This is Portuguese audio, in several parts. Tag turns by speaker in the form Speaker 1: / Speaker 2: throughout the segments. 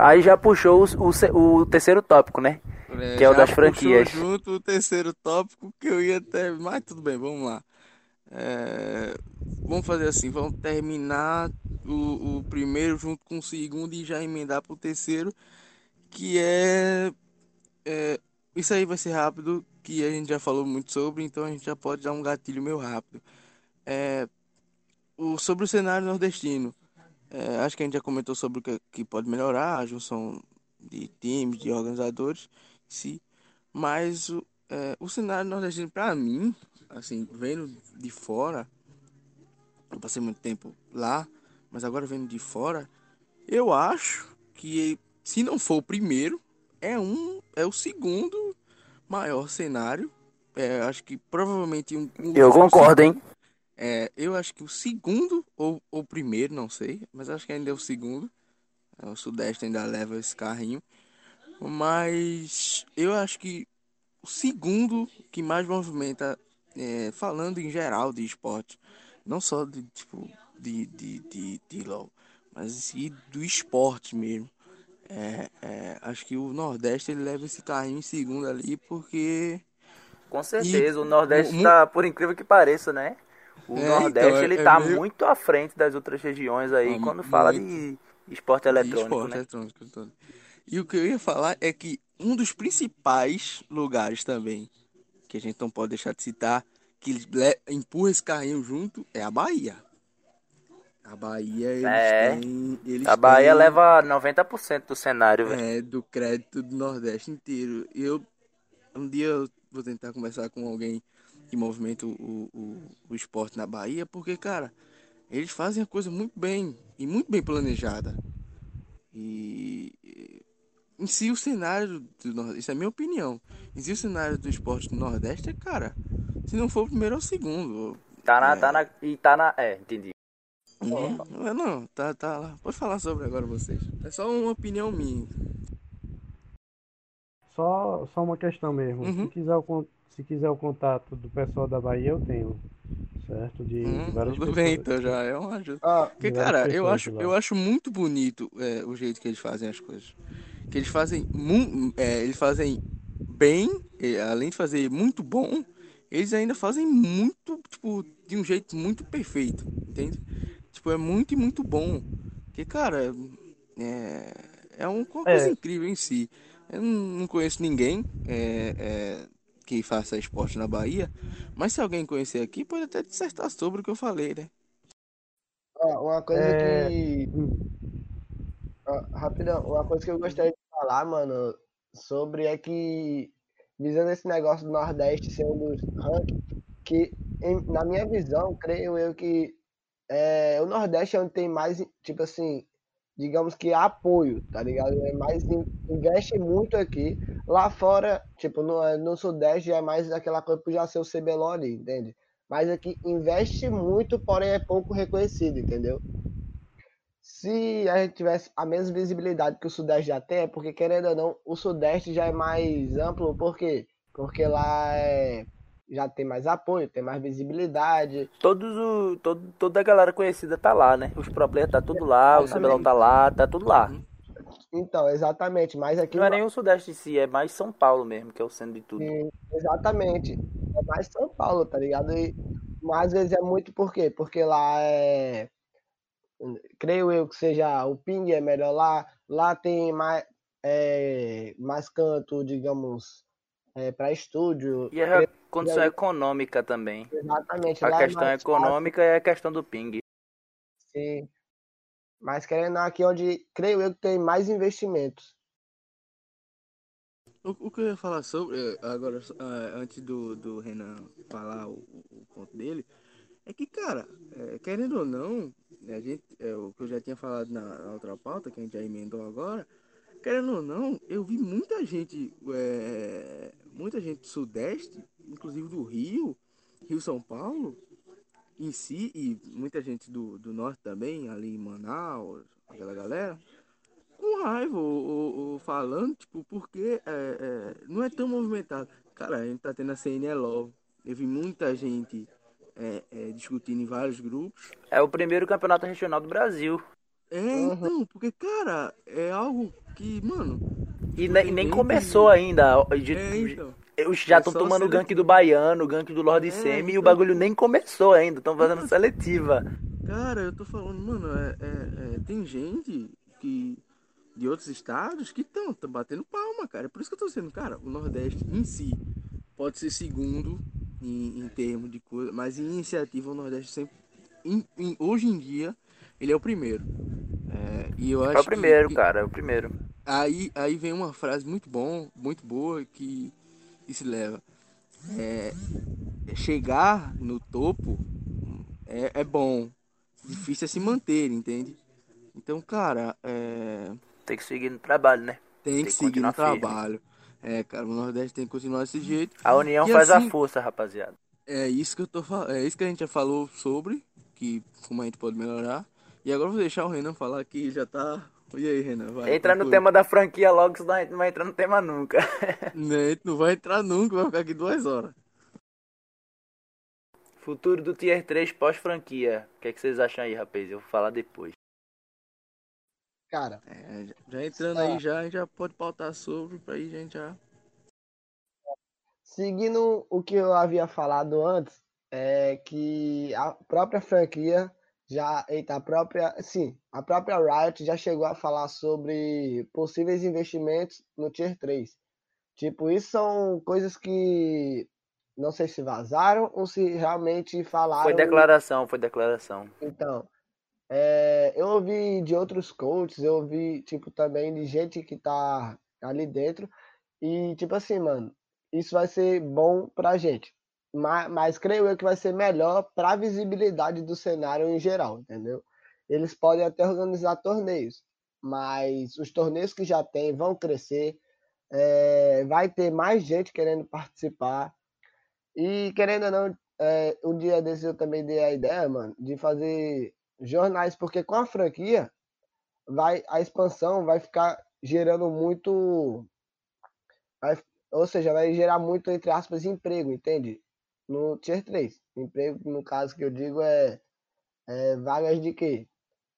Speaker 1: Aí já puxou o terceiro tópico, né? Que é o
Speaker 2: Já
Speaker 1: das
Speaker 2: puxou
Speaker 1: franquias.
Speaker 2: junto o terceiro tópico que eu ia até. Mas tudo bem, vamos lá. É, vamos fazer assim, vamos terminar o primeiro junto com o segundo e já emendar pro terceiro, que é. Isso aí vai ser rápido, que a gente já falou muito sobre, então a gente já pode dar um gatilho meio rápido. É, sobre o cenário nordestino. Acho que a gente já comentou sobre o que pode melhorar, a junção de times, de organizadores, sim. Mas o cenário nordestino, para mim, assim, vendo de fora, eu passei muito tempo lá, mas agora vendo de fora, eu acho que se não for o primeiro, é o segundo maior cenário. Acho que provavelmente
Speaker 1: Eu
Speaker 2: o
Speaker 1: concordo, hein?
Speaker 2: segundo. Eu acho que o segundo ou o primeiro, não sei, mas acho que ainda é o segundo. O Sudeste ainda leva esse carrinho. Mas eu acho que o segundo que mais movimenta, falando em geral de esporte, não só de tipo de LOL, mas sim do esporte mesmo. Acho que o Nordeste ele leva esse carrinho em segundo ali, porque.
Speaker 1: Com
Speaker 2: E,
Speaker 1: certeza, o Nordeste
Speaker 2: mu-
Speaker 1: tá, por incrível que pareça, né? O
Speaker 2: então,
Speaker 1: Nordeste ele
Speaker 2: é
Speaker 1: tá
Speaker 2: meio.
Speaker 1: muito à frente das outras regiões aí
Speaker 2: Ó,
Speaker 1: quando fala
Speaker 2: muito
Speaker 1: de esporte
Speaker 2: de
Speaker 1: eletrônico,
Speaker 2: esporte
Speaker 1: né?
Speaker 2: eletrônico. Todo. E o que eu ia falar é que um dos principais lugares também, que a gente não pode deixar de citar, que empurra esse carrinho junto, é a Bahia. A Bahia, eles
Speaker 1: É,
Speaker 2: têm,
Speaker 1: a
Speaker 2: eles
Speaker 1: Bahia
Speaker 2: têm
Speaker 1: leva 90% do cenário, velho.
Speaker 2: do crédito do Nordeste inteiro. Um dia eu vou tentar conversar com alguém que movimenta o esporte na Bahia, porque, cara, eles fazem a coisa muito bem e muito bem planejada. E em si o cenário do Nordeste, isso é a minha opinião. Em si o cenário do esporte do Nordeste é, cara, se não for o primeiro é o segundo.
Speaker 1: Entendi.
Speaker 2: Uhum. Não, tá lá. Pode falar sobre agora vocês. É só uma opinião minha.
Speaker 3: Só uma questão mesmo.
Speaker 2: Uhum.
Speaker 3: Se quiser o contato do pessoal da Bahia, eu tenho, certo? De várias
Speaker 2: Tudo bem,
Speaker 3: pessoas,
Speaker 2: então já é uma ajuda.
Speaker 4: Ah,
Speaker 2: Porque,
Speaker 3: de várias
Speaker 2: cara, eu
Speaker 3: pessoas de
Speaker 2: acho,
Speaker 3: lá.
Speaker 2: eu acho muito bonito o jeito que eles fazem as coisas. Que eles fazem bem, além de fazer muito bom, eles ainda fazem muito, tipo, de um jeito muito perfeito, entende? Tipo, é muito e muito bom. Porque, cara, uma coisa
Speaker 3: É,
Speaker 2: incrível em si. Eu não conheço ninguém que faça esporte na Bahia, mas se alguém conhecer aqui, pode até dissertar sobre o que eu falei, né?
Speaker 4: uma coisa
Speaker 3: é,
Speaker 4: que.
Speaker 3: hum,
Speaker 4: Rapidão, uma coisa que eu gostaria de falar, mano, sobre é que, visando esse negócio do Nordeste ser um dos rankings, que, na minha visão, creio eu que o Nordeste é onde tem mais, tipo assim, digamos que apoio, tá ligado? Investe muito aqui. Lá fora, tipo, no Sudeste é mais aquela coisa por já ser o CBLOL ali, entende? Mas aqui investe muito, porém é pouco reconhecido, entendeu? Se a gente tivesse a mesma visibilidade que o Sudeste já tem, é porque, querendo ou não, o Sudeste já é mais amplo, por quê? Porque já tem mais apoio, tem mais visibilidade.
Speaker 1: Toda a galera conhecida tá lá, né? Os pro players tá tudo lá, o CBLOL tá
Speaker 4: Exatamente.
Speaker 1: lá, tá tudo lá.
Speaker 2: Uhum.
Speaker 4: Então, exatamente. Mas aqui
Speaker 1: Não é nem o Sudeste em si, é mais São Paulo mesmo, que é o centro de tudo.
Speaker 4: exatamente. É mais São Paulo, tá ligado? Mas às vezes é muito por quê? Porque lá creio eu que seja o ping é melhor lá. Lá tem mais canto, digamos, para estúdio.
Speaker 1: E a
Speaker 4: Creio
Speaker 1: condição econômica também.
Speaker 4: exatamente,
Speaker 1: A
Speaker 4: lá é
Speaker 1: questão
Speaker 4: mais fácil,
Speaker 1: econômica é a questão do ping.
Speaker 4: sim. Mas querendo aqui onde creio eu que tem mais investimentos.
Speaker 2: O que eu ia falar sobre, agora, antes do Renan falar o ponto dele, é que, cara, querendo ou não, a gente, o que eu já tinha falado na outra pauta, que a gente já emendou agora, querendo ou não, eu vi muita gente do Sudeste, inclusive do Rio, Rio-São Paulo, em si, e muita gente do Norte também, ali em Manaus, aquela galera, com raiva, ou falando, tipo, porque não é tão movimentado. Cara, a gente tá tendo a CNLOL, eu vi muita gente discutindo em vários grupos.
Speaker 1: É o primeiro campeonato regional do Brasil.
Speaker 4: Uhum.
Speaker 2: Então, porque, cara, é algo que, mano,
Speaker 1: E,
Speaker 2: tipo,
Speaker 1: e
Speaker 2: tem
Speaker 1: nem
Speaker 2: gente.
Speaker 1: começou ainda.
Speaker 2: Então.
Speaker 1: Eu já
Speaker 2: É
Speaker 1: estão
Speaker 2: só
Speaker 1: tomando o gank do
Speaker 2: seletivo.
Speaker 1: Baiano, o gank do Lorde Semi e o
Speaker 2: Então,
Speaker 1: bagulho
Speaker 2: tipo,
Speaker 1: nem começou ainda. Estão fazendo
Speaker 2: então,
Speaker 1: seletiva.
Speaker 2: cara, eu tô falando, mano, tem gente que de outros estados que estão batendo palma, cara. É por isso que eu tô dizendo, cara, o Nordeste em si pode ser segundo em termos de coisa, mas em iniciativa o Nordeste sempre, hoje em dia, ele é o primeiro. E eu
Speaker 1: É o
Speaker 2: acho
Speaker 1: primeiro, cara, é o primeiro.
Speaker 2: aí vem uma frase muito boa que se leva. É, chegar no topo é bom, difícil é se manter, entende? Então, cara,
Speaker 1: Tem que seguir no trabalho, né?
Speaker 2: tem que
Speaker 1: Tem que
Speaker 2: seguir no
Speaker 1: continuar firme.
Speaker 2: trabalho. Cara, o Nordeste tem que continuar desse jeito.
Speaker 1: A união
Speaker 2: Que
Speaker 1: faz a
Speaker 2: assim,
Speaker 1: força, rapaziada.
Speaker 2: é isso que eu tô falando, é isso que a gente já falou sobre, que como a gente pode melhorar. E agora eu vou deixar o Renan falar que já tá. E aí, Renan, vai,
Speaker 1: Entra no
Speaker 2: conclui.
Speaker 1: tema da franquia logo, senão a gente não vai entrar no tema nunca.
Speaker 2: Né, a gente não vai entrar nunca, vai ficar aqui 2 horas.
Speaker 1: Futuro do Tier 3 pós-franquia. O que, é que vocês acham aí, rapaz? Eu vou falar depois.
Speaker 4: Cara,
Speaker 2: Já entrando aí,
Speaker 4: ah,
Speaker 2: já, a gente já pode pautar sobre, pra aí a gente já.
Speaker 4: seguindo o que eu havia falado antes, é que a própria franquia já, eita, a própria Riot já chegou a falar sobre possíveis investimentos no Tier 3. Tipo, isso são coisas que não sei se vazaram ou se realmente
Speaker 1: Foi
Speaker 4: falaram.
Speaker 1: declaração, foi declaração.
Speaker 4: Então, eu ouvi de outros coaches, eu ouvi, tipo, também de gente que tá ali dentro. E, tipo assim, mano, isso vai ser bom pra gente. Mas creio eu que vai ser melhor pra visibilidade do cenário em geral, entendeu? Eles podem até organizar torneios, mas os torneios que já tem vão crescer, vai ter mais gente querendo participar. E querendo ou não, um dia desses eu também dei a ideia, mano, de fazer jornais, porque com a franquia, a expansão vai ficar gerando muito. Vai, ou seja, vai gerar muito, entre aspas, emprego, entende? No Tier 3. Emprego, no caso que eu digo, vagas de quê?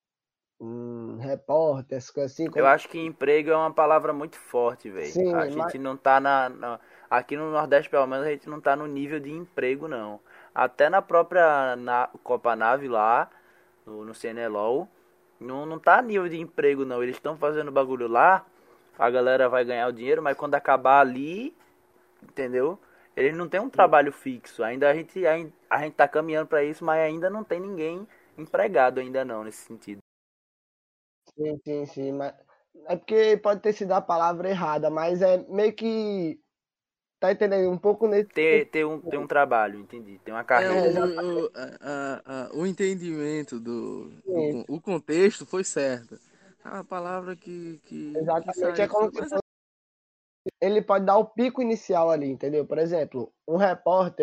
Speaker 4: Repórter, essas coisas assim.
Speaker 1: Eu acho que emprego é uma palavra muito forte, velho. A
Speaker 4: Sim, mas.
Speaker 1: gente não tá aqui no Nordeste, pelo menos, a gente não tá no nível de emprego, não. Até na própria Copa Nave lá, no CNLOL, não tá a nível de emprego, não. Eles estão fazendo bagulho lá, a galera vai ganhar o dinheiro, mas quando acabar ali, entendeu? Eles não têm um trabalho fixo. A gente tá caminhando pra isso, mas ainda não tem ninguém empregado ainda não, nesse sentido.
Speaker 4: Sim, sim, sim. Mas, é porque pode ter sido a palavra errada, mas é meio que. Tá entendendo? Um pouco nesse
Speaker 1: Ter um trabalho, entendi. Ter uma
Speaker 2: É,
Speaker 1: carreira.
Speaker 2: o entendimento
Speaker 4: Exatamente.
Speaker 2: o contexto foi certo. A palavra que
Speaker 4: Exatamente. É
Speaker 2: saiu
Speaker 4: como
Speaker 2: foi,
Speaker 4: se
Speaker 2: mas
Speaker 4: fosse. Ele pode dar o pico inicial ali, entendeu? Por exemplo, um repórter,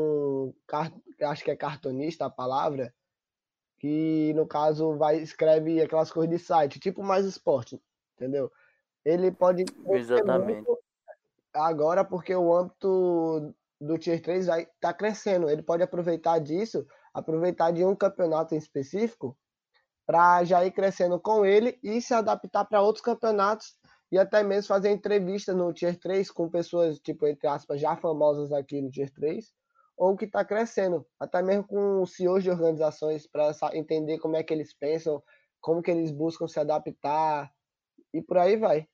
Speaker 4: acho que é cartunista a palavra, que no caso escreve aquelas coisas de site, tipo mais esporte, entendeu? Ele pode crescer
Speaker 1: Exatamente.
Speaker 4: muito agora porque o âmbito do Tier 3 vai estar crescendo. Ele pode aproveitar disso, aproveitar de um campeonato em específico para já ir crescendo com ele e se adaptar para outros campeonatos e até mesmo fazer entrevista no Tier 3 com pessoas, tipo, entre aspas, já famosas aqui no Tier 3, ou que está crescendo, até mesmo com CEOs de organizações para entender como é que eles pensam, como que eles buscam se adaptar e por aí vai.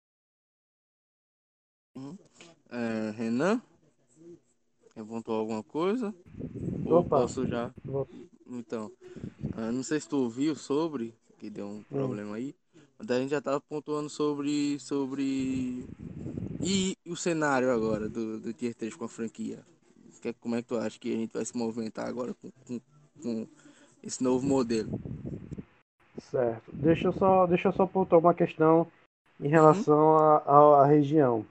Speaker 2: Renan, levantou alguma coisa? Ou
Speaker 3: Opa,
Speaker 2: posso já?
Speaker 3: vou-
Speaker 2: Então, não sei se tu ouviu sobre, que deu um
Speaker 3: hum.
Speaker 2: problema aí, mas a gente já tava pontuando sobre. E o cenário agora do Tier 3 com a franquia? Como é que tu acha que a gente vai se movimentar agora com esse novo modelo?
Speaker 3: Certo. Deixa eu só pontuar uma questão em
Speaker 2: Uhum.
Speaker 3: relação à região.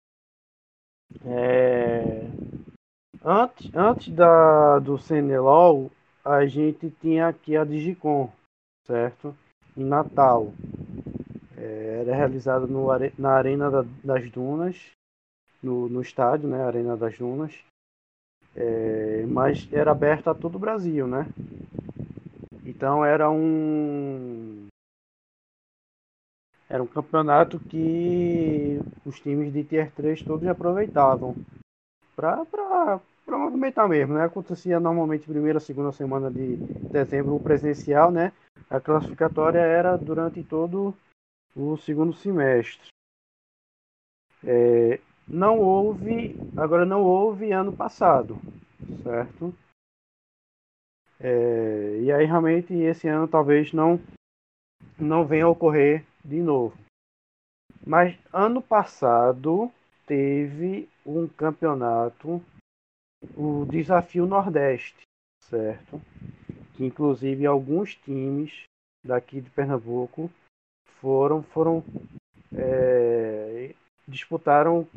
Speaker 3: É, antes do CNLOL, a gente tinha aqui a Digicom, certo? Em Natal. Era realizada na Arena das Dunas, no estádio, né? Arena das Dunas. Mas era aberto a todo o Brasil, né? Então era Era um campeonato que os times de Tier 3 todos aproveitavam para movimentar mesmo, né? Acontecia normalmente primeira, segunda semana de dezembro o presencial, né? A classificatória era durante todo o segundo semestre. Não houve ano passado, certo? E aí realmente esse ano talvez não venha a ocorrer de novo. Mas ano passado teve um campeonato, o Desafio Nordeste, certo? Que inclusive alguns times daqui de Pernambuco disputaram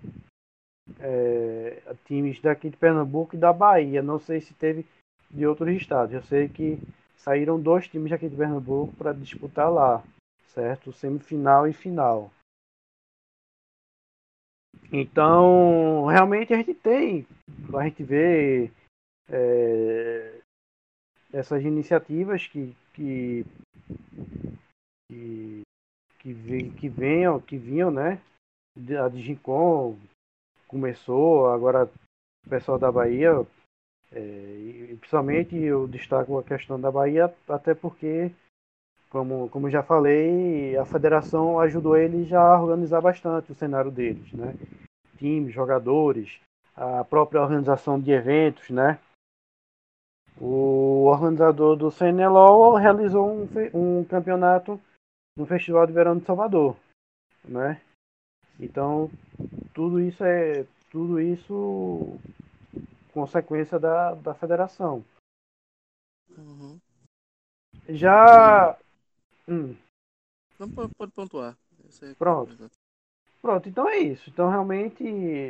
Speaker 3: times daqui de Pernambuco e da Bahia. Não sei se teve de outros estados. Eu sei que saíram 2 times daqui de Pernambuco para disputar lá, certo? Semifinal e final. Então, realmente a gente vê essas iniciativas que vinham, né? A Digincom começou, agora o pessoal da Bahia, e principalmente eu destaco a questão da Bahia, até porque, como já falei, a federação ajudou eles a organizar bastante o cenário deles, né? Times, jogadores, a própria organização de eventos, né? O organizador do CNLOL realizou um campeonato no Festival de Verão de Salvador, né? Então, tudo isso consequência da federação.
Speaker 2: Uhum.
Speaker 3: Já.
Speaker 2: Não pode pontuar.
Speaker 3: Pronto, então é isso. Então realmente.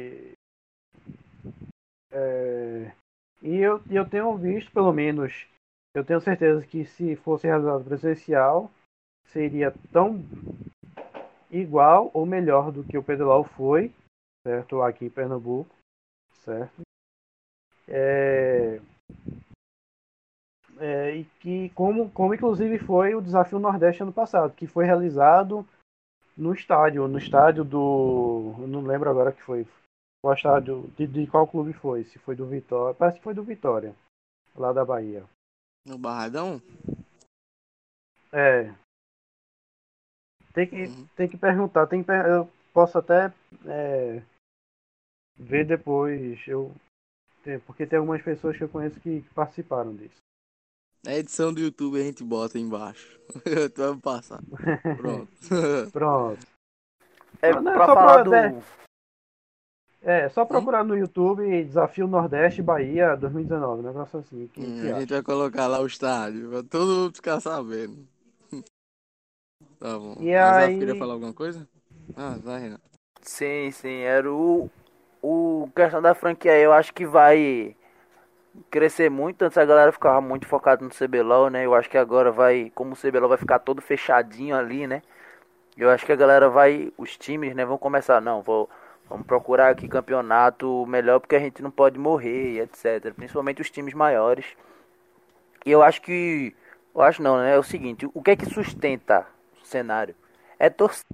Speaker 3: E eu tenho visto, pelo menos, eu tenho certeza que se fosse realizado presencial, seria tão igual ou melhor do que o Pedrolau foi, certo? Aqui em Pernambuco, certo? E que como inclusive foi o Desafio Nordeste ano passado, que foi realizado no estádio do, eu não lembro agora que foi, qual estádio, de qual clube foi, se foi do Vitória, parece que foi do Vitória, lá da Bahia.
Speaker 2: No Barradão?
Speaker 3: Tem que perguntar, eu posso até ver depois, porque tem algumas pessoas que eu conheço que participaram disso.
Speaker 2: A edição do YouTube a gente bota embaixo. Tu vai passar. Pronto.
Speaker 3: Pronto.
Speaker 1: Pra falar do...
Speaker 3: Só procurar no YouTube Desafio Nordeste Bahia 2019, um negócio assim.
Speaker 2: A gente vai colocar lá o estádio, pra todo mundo ficar sabendo. Tá bom.
Speaker 3: E
Speaker 2: Azaf
Speaker 3: aí...
Speaker 2: queria falar alguma coisa? Vai, Renan.
Speaker 1: Sim, era o questão da franquia. Eu acho que vai crescer muito. Antes a galera ficava muito focada no CBLOL, né? Eu acho que agora como o CBLOL vai ficar todo fechadinho ali, né? Eu acho que a galera os times, né, vão começar, vamos procurar aqui campeonato melhor, porque a gente não pode morrer, etc. Principalmente os times maiores. E eu acho não, né? É o seguinte, o que é que sustenta o cenário? É torcida.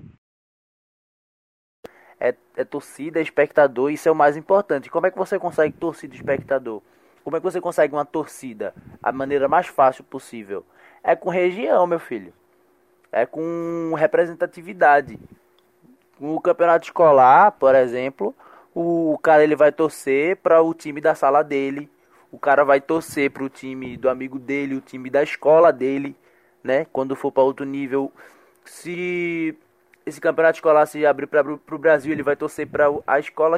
Speaker 1: É torcida, espectador, isso é o mais importante. Como é que você consegue torcida e espectador? Como é que você consegue uma torcida? A maneira mais fácil possível. É com região, meu filho. É com representatividade. No campeonato escolar, por exemplo, o cara ele vai torcer para o time da sala dele. O cara vai torcer para o time do amigo dele, o time da escola dele, né? Quando for para outro nível. Se esse campeonato escolar se abrir para o Brasil, ele vai torcer para a escola.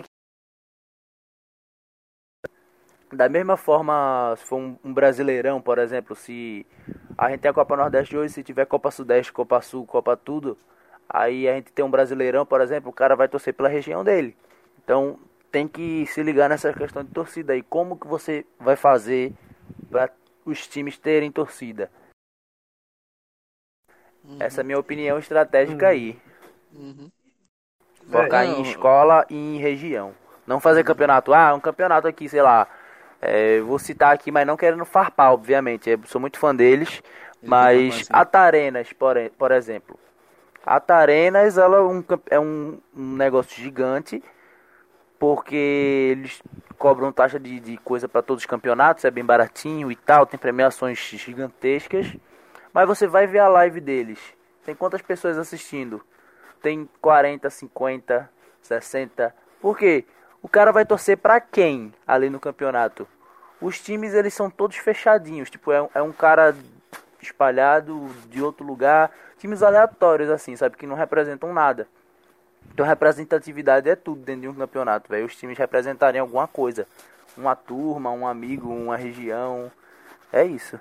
Speaker 1: Da mesma forma, se for um brasileirão, por exemplo, se a gente tem a Copa Nordeste hoje, se tiver Copa Sudeste, Copa Sul, Copa tudo, aí a gente tem um brasileirão, por exemplo, o cara vai torcer pela região dele. Então tem que se ligar nessa questão de torcida aí. Como que você vai fazer para os times terem torcida? Essa é a minha opinião estratégica aí. Focar em escola e em região. Não fazer campeonato. Um campeonato aqui, sei lá. Vou citar aqui, mas não querendo farpar, obviamente. Eu sou muito fã deles. Mas Atarenas, por exemplo. A Tarenas, ela é um negócio gigante, porque eles cobram taxa de coisa para todos os campeonatos, é bem baratinho e tal, tem premiações gigantescas. Mas você vai ver a live deles. Tem quantas pessoas assistindo? Tem 40, 50, 60. Por quê? O cara vai torcer pra quem ali no campeonato? Os times, eles são todos fechadinhos. Tipo, é um cara espalhado de outro lugar. Times aleatórios, assim, sabe? Que não representam nada. Então, representatividade é tudo dentro de um campeonato, velho. Os times representarem alguma coisa. Uma turma, um amigo, uma região. É isso.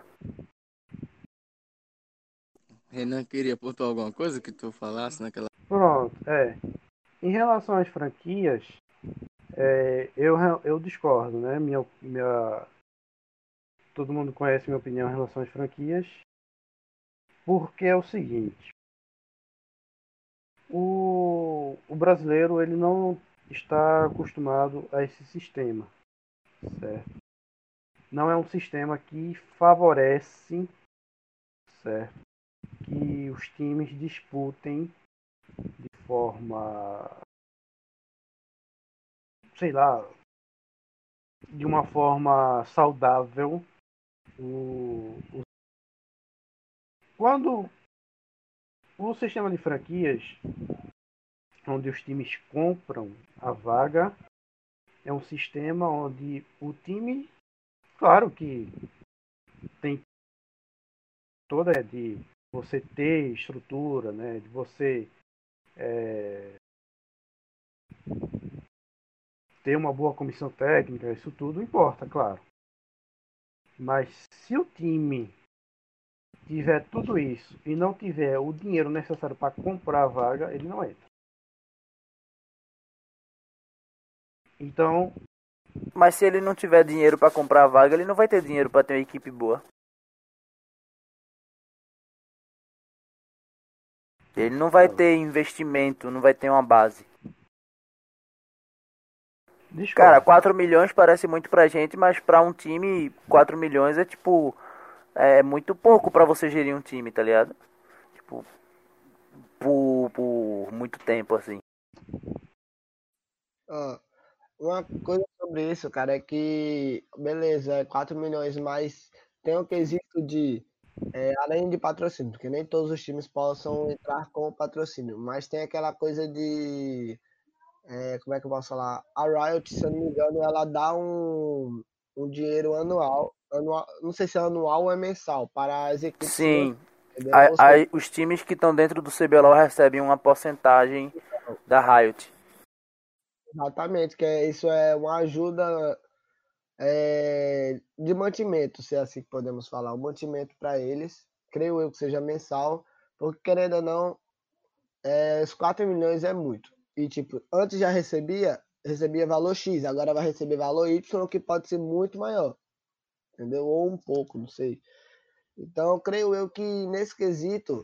Speaker 2: Renan queria pontuar alguma coisa que tu falasse naquela.
Speaker 3: Pronto, Em relação às franquias, eu discordo, né? Todo mundo conhece minha opinião em relação às franquias, porque é o seguinte: o brasileiro ele não está acostumado a esse sistema, certo? Não é um sistema que favorece, certo, que os times disputem de forma, sei lá, de uma forma saudável. Quando o sistema de franquias, onde os times compram a vaga, é um sistema onde o time, claro que tem toda de você ter estrutura, né, de você ter uma boa comissão técnica, isso tudo importa, claro. Mas se o time tiver tudo isso e não tiver o dinheiro necessário para comprar a vaga, ele não entra. Então,
Speaker 1: Mas se ele não tiver dinheiro pra comprar a vaga, ele não vai ter dinheiro pra ter uma equipe boa. Ele não vai ter investimento, não vai ter uma base. Cara, 4 milhões parece muito pra gente, mas pra um time, 4 milhões é tipo... É muito pouco pra você gerir um time, tá ligado? Tipo, por muito tempo, assim.
Speaker 4: Ó, uma coisa sobre isso, cara, é que, beleza, 4 milhões, mas tem o quesito de, além de patrocínio, porque nem todos os times possam entrar com patrocínio, mas tem aquela coisa de, como é que eu posso falar? A Riot, se eu não me engano, ela dá um dinheiro anual, não sei se é anual ou é mensal, para as equipes se
Speaker 1: Sim,
Speaker 4: entendeu? Ou seja,
Speaker 1: os times que estão dentro do CBLOL recebem uma porcentagem da Riot.
Speaker 4: exatamente, isso é uma ajuda de mantimento, se é assim que podemos falar, um mantimento para eles, creio eu que seja mensal, porque querendo ou não, os 4 milhões é muito. E tipo, antes já recebia valor X, agora vai receber valor Y, que pode ser muito maior, entendeu? Ou um pouco, não sei. Então, creio eu que nesse quesito,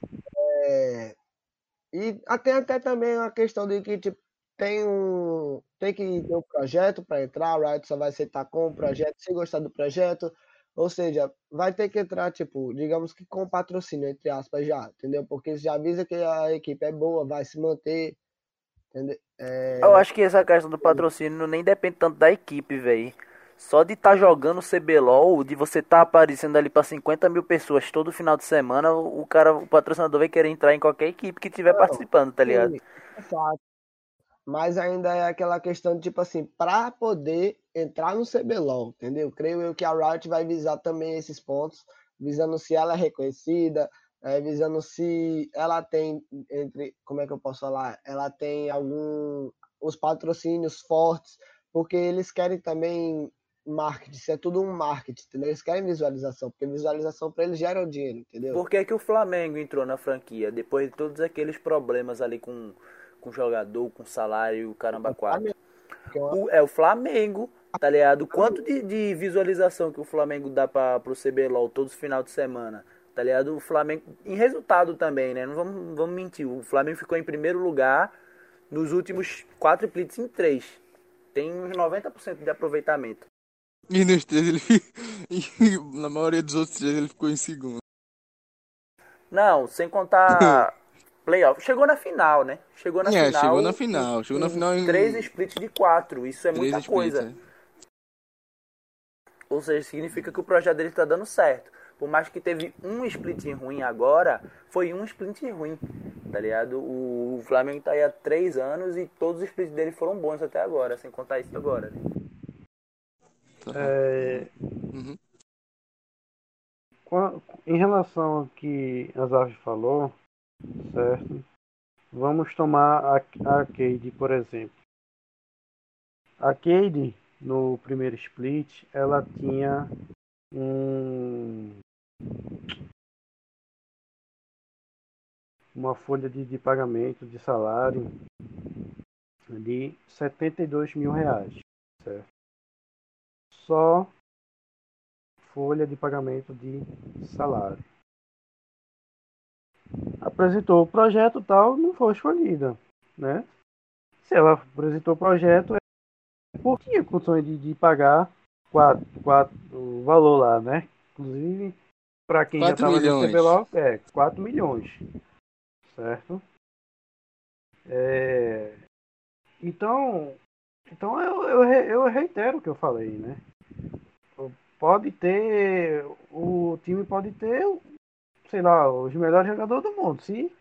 Speaker 4: e até também a questão de que tipo, tem que ter um projeto para entrar, a Riot só vai aceitar com o projeto, se gostar do projeto, ou seja, vai ter que entrar, tipo, digamos que com patrocínio, entre aspas, já, entendeu? Porque já avisa que a equipe é boa, vai se manter, entendeu?
Speaker 1: Eu acho que essa questão do patrocínio nem depende tanto da equipe, velho. Só de estar jogando CBLOL, de você estar aparecendo ali para 50 mil pessoas todo final de semana, o patrocinador vai querer entrar em qualquer equipe que estiver participando, tá ligado?
Speaker 4: Sim, é fato. Mas ainda é aquela questão de, tipo assim, para poder entrar no CBLOL, entendeu? Creio eu que a Riot vai visar também esses pontos, visando se ela é reconhecida, visando se ela tem, como é que eu posso falar? Ela tem os patrocínios fortes, porque eles querem também marketing, isso é tudo um marketing, entendeu? Eles querem visualização, porque visualização para eles gera o dinheiro, entendeu?
Speaker 1: Por que que o Flamengo entrou na franquia? Depois de todos aqueles problemas ali com jogador, com salário, caramba, quatro. O Flamengo, tá ligado? Quanto de visualização que o Flamengo dá pro CBLOL todos os final de semana, tá ligado? O Flamengo, em resultado também, né? Não vamos mentir. O Flamengo ficou em primeiro lugar nos últimos 4 splits em 3. Tem uns 90% de aproveitamento.
Speaker 2: E nos três na maioria dos outros três ele ficou em segundo.
Speaker 1: Não, sem contar Playoff. Chegou na final, né? Chegou na final.
Speaker 2: Chegou na final. Chegou na final em
Speaker 1: 3 splits de 4. Isso é
Speaker 2: 3
Speaker 1: muita
Speaker 2: splits,
Speaker 1: coisa. Ou seja, significa que o projeto dele está dando certo. Por mais que teve um split ruim agora, foi um split ruim, tá ligado? O Flamengo tá aí há 3 anos e todos os splits dele foram bons até agora, sem contar isso agora, né?
Speaker 2: Uhum.
Speaker 3: Em relação ao que a Zaf falou, certo? Vamos tomar a Cade, por exemplo. A Cade, no primeiro split, ela tinha uma folha de pagamento de salário de R$72 mil, certo? Só folha de pagamento de salário. Apresentou o projeto e tal, não foi escolhida, né? Se ela apresentou o projeto, ela tinha condições de pagar o valor lá, né? Inclusive, para quem já
Speaker 2: 4
Speaker 3: estava no
Speaker 2: milhões.
Speaker 3: CBLOL, 4 milhões, certo? Então eu reitero o que eu falei, né? O time pode ter, sei lá, os melhores jogadores do mundo, se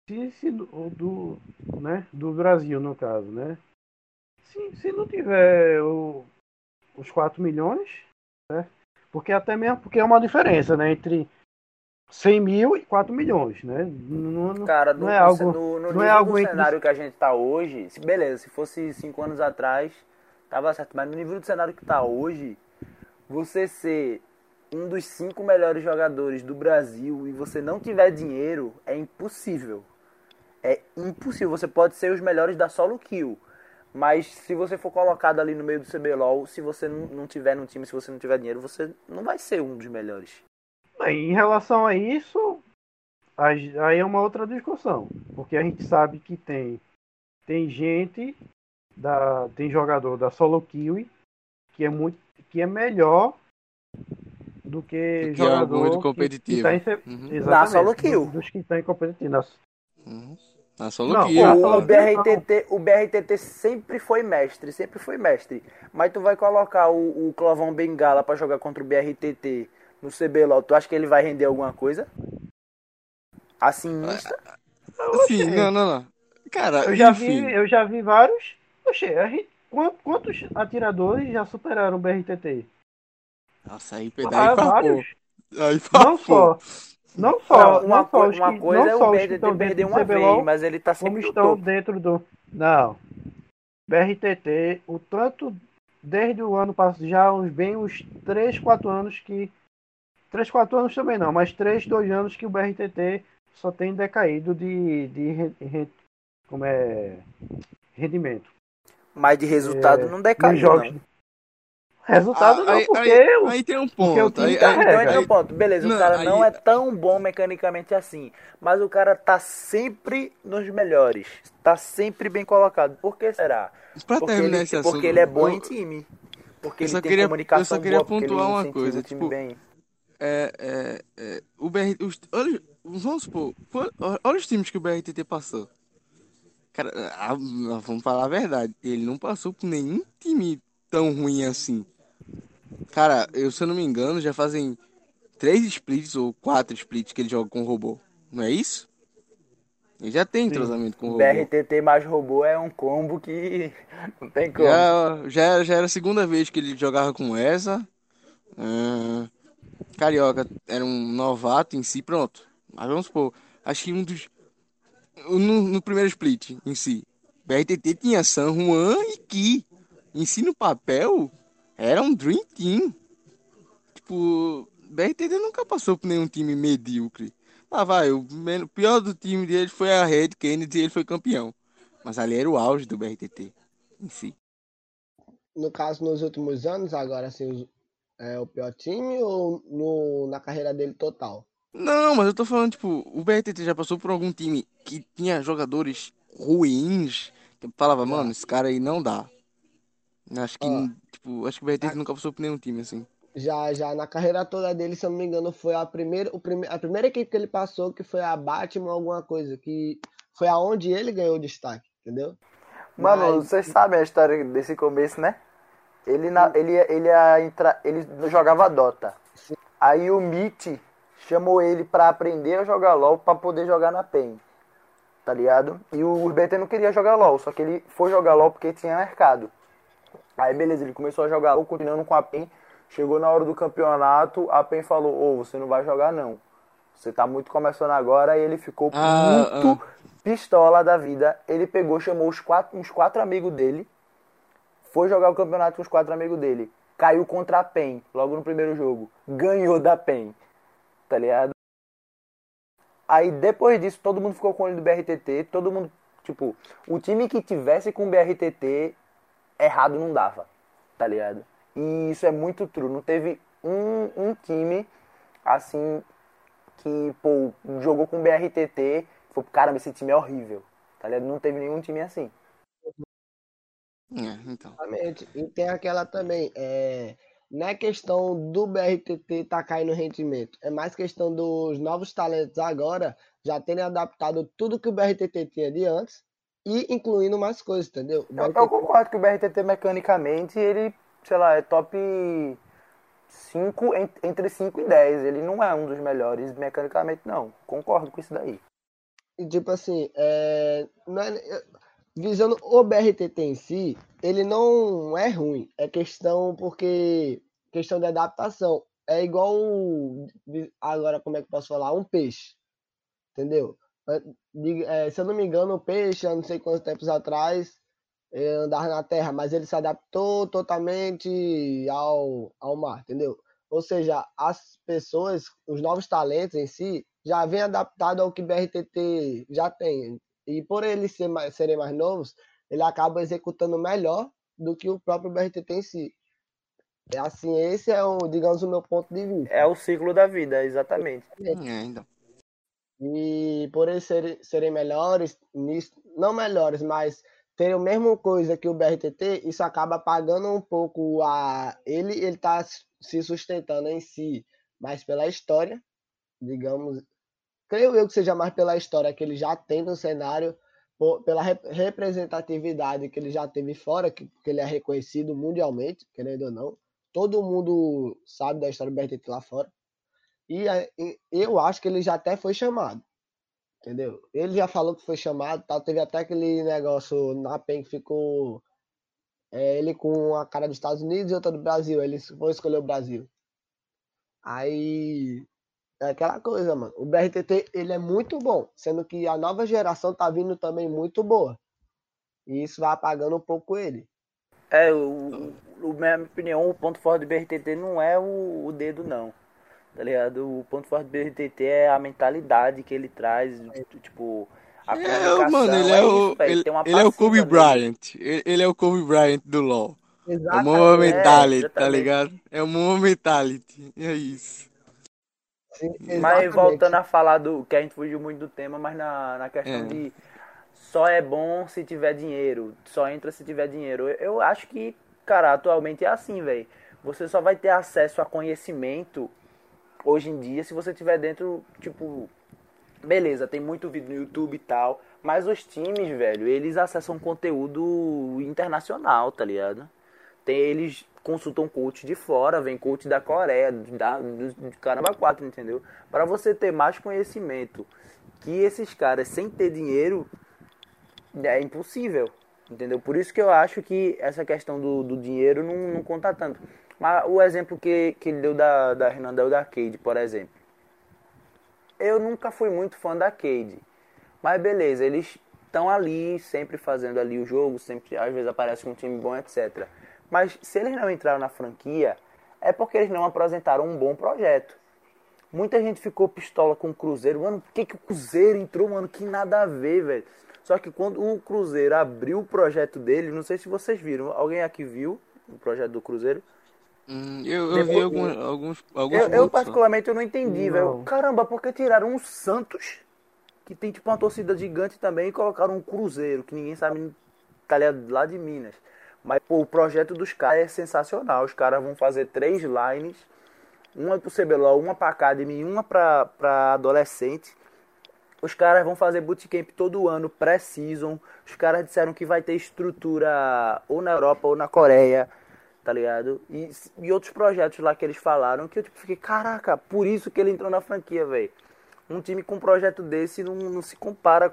Speaker 3: do Brasil, no caso, né? Se não tiver os 4 milhões, né? Porque até mesmo porque é uma diferença, né? Entre 100 mil e 4 milhões, né?
Speaker 1: Cara,
Speaker 3: não é algo,
Speaker 1: no
Speaker 3: não
Speaker 1: nível
Speaker 3: é algo
Speaker 1: do
Speaker 3: entre...
Speaker 1: cenário que a gente tá hoje, beleza, se fosse 5 anos atrás, tava certo, mas no nível do cenário que tá hoje, você ser um dos 5 melhores jogadores do Brasil e você não tiver dinheiro, é impossível. É impossível. Você pode ser os melhores da solo kill, mas se você for colocado ali no meio do CBLOL, se você não tiver no time, se você não tiver dinheiro, você não vai ser um dos melhores.
Speaker 3: Em relação a isso, aí é uma outra discussão, porque a gente sabe que tem gente tem jogador da solo kill que é melhor do que
Speaker 2: Que é algo muito
Speaker 3: jogador que tá
Speaker 2: competitivo.
Speaker 3: em
Speaker 2: Uhum.
Speaker 1: Na solo kill.
Speaker 3: dos que estão em competitivo.
Speaker 2: Uhum. Na solo
Speaker 3: Não,
Speaker 2: kill.
Speaker 1: O BRTT sempre foi mestre, sempre foi mestre. Mas tu vai colocar o Clovão Bengala pra jogar contra o BRTT no CBLOL, tu acha que ele vai render alguma coisa? Assim, insta?
Speaker 2: Sim, não. Cara, enfim.
Speaker 3: Eu já vi vários. Oxe, quantos atiradores já superaram o BRTT?
Speaker 2: Nossa, aí papou.
Speaker 3: Vários.
Speaker 2: Aí
Speaker 3: Não
Speaker 2: papou.
Speaker 3: só,
Speaker 1: Uma coisa é o
Speaker 3: os que
Speaker 1: BRTT
Speaker 3: estão dentro
Speaker 1: perder
Speaker 3: do
Speaker 1: uma
Speaker 3: CBLOL,
Speaker 1: vez, mas ele tá
Speaker 3: como
Speaker 1: sempre no
Speaker 3: estão
Speaker 1: topo.
Speaker 3: dentro do... Não. BRTT, o tanto desde o ano passado, já uns 3, 4 anos que... 3, 4 anos também não, mas 3, 2 anos que o BRTT só tem decaído como é... rendimento.
Speaker 1: Mas de resultado não
Speaker 3: Nos
Speaker 1: decaiu,
Speaker 3: jogos.
Speaker 1: não.
Speaker 3: Resultado não,
Speaker 2: Aí tem um
Speaker 3: porque o
Speaker 2: ponto.
Speaker 3: time
Speaker 1: Então entra
Speaker 3: carrega.
Speaker 1: no ponto. Beleza, o
Speaker 2: Não,
Speaker 1: cara
Speaker 2: aí-
Speaker 1: não é tão bom mecanicamente assim. Mas o cara tá sempre nos melhores. Tá sempre bem colocado. Por que será?
Speaker 2: Pra terminar esse assunto,
Speaker 1: Porque ele é bom em time. Porque ele tem
Speaker 2: eu
Speaker 1: comunicação
Speaker 2: só queria
Speaker 1: boa, porque ele
Speaker 2: pontuar uma
Speaker 1: incentiva
Speaker 2: coisa,
Speaker 1: o time
Speaker 2: tipo,
Speaker 1: bem.
Speaker 2: o vamos supor, olha os times que o BRTT passou. Cara, vamos falar a verdade, ele não passou por nenhum time tão ruim assim. Cara, se eu não me engano, já fazem 3 splits ou 4 splits que ele joga com o robô, não é isso? Ele já tem
Speaker 3: Sim.
Speaker 2: entrosamento com o robô.
Speaker 1: BRTT mais robô é um combo que não tem como.
Speaker 2: Já era a segunda vez que ele jogava com essa. Carioca era um novato em si, pronto. Mas vamos supor, acho que no primeiro split em si, BRTT tinha San Juan e Ki. Em si, no papel, era um Dream Team. Tipo, BRTT nunca passou por nenhum time medíocre. O pior do time dele foi a Red Kennedy e ele foi campeão. Mas ali era o auge do BRTT em si.
Speaker 4: No caso, nos últimos anos, agora, assim, é o pior time ou na carreira dele total?
Speaker 2: Não, mas eu tô falando, tipo, o BRTT já passou por algum time que tinha jogadores ruins. Que eu falava, mano,
Speaker 4: Já.
Speaker 2: esse cara aí não dá. Acho que,
Speaker 4: Ó,
Speaker 2: acho que o BRTT
Speaker 4: a-
Speaker 2: nunca passou por nenhum time assim.
Speaker 4: Já na carreira toda dele, se eu não me engano, foi a primeira equipe que ele passou, que foi a Batman alguma coisa, que foi aonde ele ganhou destaque, entendeu?
Speaker 1: Mano,
Speaker 4: Mas,
Speaker 1: vocês sabem a história desse começo, né? Ele jogava Dota. Aí o Mitch chamou ele pra aprender a jogar LoL pra poder jogar na PEN. Tá ligado? E o BT não queria jogar LoL, só que ele foi jogar LoL porque tinha mercado. Aí beleza, ele começou a jogar LoL, continuando com a PEN. Chegou na hora do campeonato, a PEN falou, você não vai jogar não. Você tá muito começando agora. E ele ficou muito pistola da vida. Ele pegou, chamou uns quatro amigos dele. Foi jogar o campeonato com os 4 amigos dele. Caiu contra a PEN, logo no primeiro jogo. Ganhou da PEN, tá ligado? Aí depois disso, todo mundo ficou com ele do BRTT. Todo mundo, tipo, o time que tivesse com o BRTT, errado não dava, tá ligado? E isso é muito true. Não teve um time, assim, que, pô, jogou com o BRTT. Foi, caramba, esse time é horrível, tá ligado? Não teve nenhum time assim.
Speaker 2: Então.
Speaker 4: exatamente. E tem aquela também, não é questão do BRTT tá caindo rendimento, é mais questão dos novos talentos agora já terem adaptado tudo que o BRTT tinha de antes e incluindo mais coisas, entendeu? O
Speaker 1: Eu
Speaker 4: BRTT
Speaker 1: concordo que o BRTT mecanicamente, ele, sei lá, é top 5, entre 5 e 10. Ele não é um dos melhores mecanicamente, não. Concordo com isso daí.
Speaker 4: E, tipo assim, visando o BRTT em si, ele não é ruim. É questão de adaptação. É igual, agora como é que eu posso falar? Um peixe, entendeu? Se eu não me engano, o peixe, há não sei quantos tempos atrás, andava na terra, mas ele se adaptou totalmente ao mar, entendeu? Ou seja, as pessoas, os novos talentos em si, já vêm adaptados ao que BRTT já tem. E por eles serem mais novos, ele acaba executando melhor do que o próprio BRTT em si. É assim, esse é digamos, o meu ponto de vista.
Speaker 1: É o ciclo da vida, exatamente.
Speaker 2: Então.
Speaker 4: E por eles serem melhores, não melhores, mas terem a mesma coisa que o BRTT, isso acaba pagando um pouco ele está se sustentando em si, mas pela história, digamos, creio eu que seja mais pela história que ele já tem no cenário, pela representatividade que ele já teve fora, que ele é reconhecido mundialmente, querendo ou não. Todo mundo sabe da história do BRTT lá fora. E eu acho que ele já até foi chamado, entendeu? Ele já falou que foi chamado, tal. Teve até aquele negócio na PEN que ficou ele com a cara dos Estados Unidos e outra do Brasil. Ele foi escolher o Brasil. Aí é aquela coisa, mano. O BRTT, ele é muito bom, sendo que a nova geração tá vindo também muito boa. E isso vai apagando um pouco ele.
Speaker 1: Na minha opinião, o ponto forte do BRTT não é o dedo, não. Tá ligado? O ponto forte do BRTT é a mentalidade que ele traz, tipo, a comunicação.
Speaker 2: Mano, ele
Speaker 1: isso, velho.
Speaker 2: ele,
Speaker 1: Tem uma
Speaker 2: ele é o
Speaker 1: passiva
Speaker 2: Kobe
Speaker 1: nele.
Speaker 2: Bryant. Ele é o Kobe Bryant do LoL. É o Mamba
Speaker 4: Exatamente.
Speaker 2: Mentality, tá
Speaker 1: exatamente.
Speaker 2: ligado? É o Mamba Mentality. É isso.
Speaker 4: Sim,
Speaker 1: Mas voltando
Speaker 4: exatamente.
Speaker 1: a falar do que a gente fugiu muito do tema, mas na questão de só é bom se tiver dinheiro, só entra se tiver dinheiro. Eu acho que, cara, atualmente é assim, velho. Você só vai ter acesso a conhecimento hoje em dia se você tiver dentro, tipo, beleza, tem muito vídeo no YouTube e tal, mas os times, velho, eles acessam conteúdo internacional, tá ligado? Eles consultam coach de fora, vem coach da Coreia, do caramba 4, entendeu? Para você ter mais conhecimento que esses caras sem ter dinheiro é impossível, entendeu? Por isso que eu acho que essa questão do dinheiro não conta tanto. Mas o exemplo que ele deu da Renandel da Cade, por exemplo. Eu nunca fui muito fã da Cade. Mas beleza, eles estão ali, sempre fazendo ali o jogo, sempre às vezes aparece com um time bom, etc. Mas se eles não entraram na franquia, é porque eles não apresentaram um bom projeto. Muita gente ficou pistola com o Cruzeiro. Mano, por que o Cruzeiro entrou, mano? Que nada a ver, velho. Só que quando o Cruzeiro abriu o projeto dele, não sei se vocês viram. Alguém aqui viu o projeto do Cruzeiro?
Speaker 2: Eu vi alguns
Speaker 1: Eu
Speaker 2: pontos.
Speaker 1: particularmente eu não entendi,
Speaker 3: Não.
Speaker 1: velho. Caramba, por que tiraram um Santos, que tem tipo uma torcida gigante também, e colocaram um Cruzeiro, que ninguém sabe, tá ligado, lá de Minas. Mas pô, o projeto dos caras é sensacional. Os caras vão fazer 3 lines, uma pro CBLOL, uma pra Academy e uma pra adolescente. Os caras vão fazer bootcamp todo ano, pré-season. Os caras disseram que vai ter estrutura ou na Europa ou na Coreia, tá ligado? E outros projetos lá que eles falaram que eu tipo, fiquei, caraca, por isso que ele entrou na franquia, velho. Um time com um projeto desse não se compara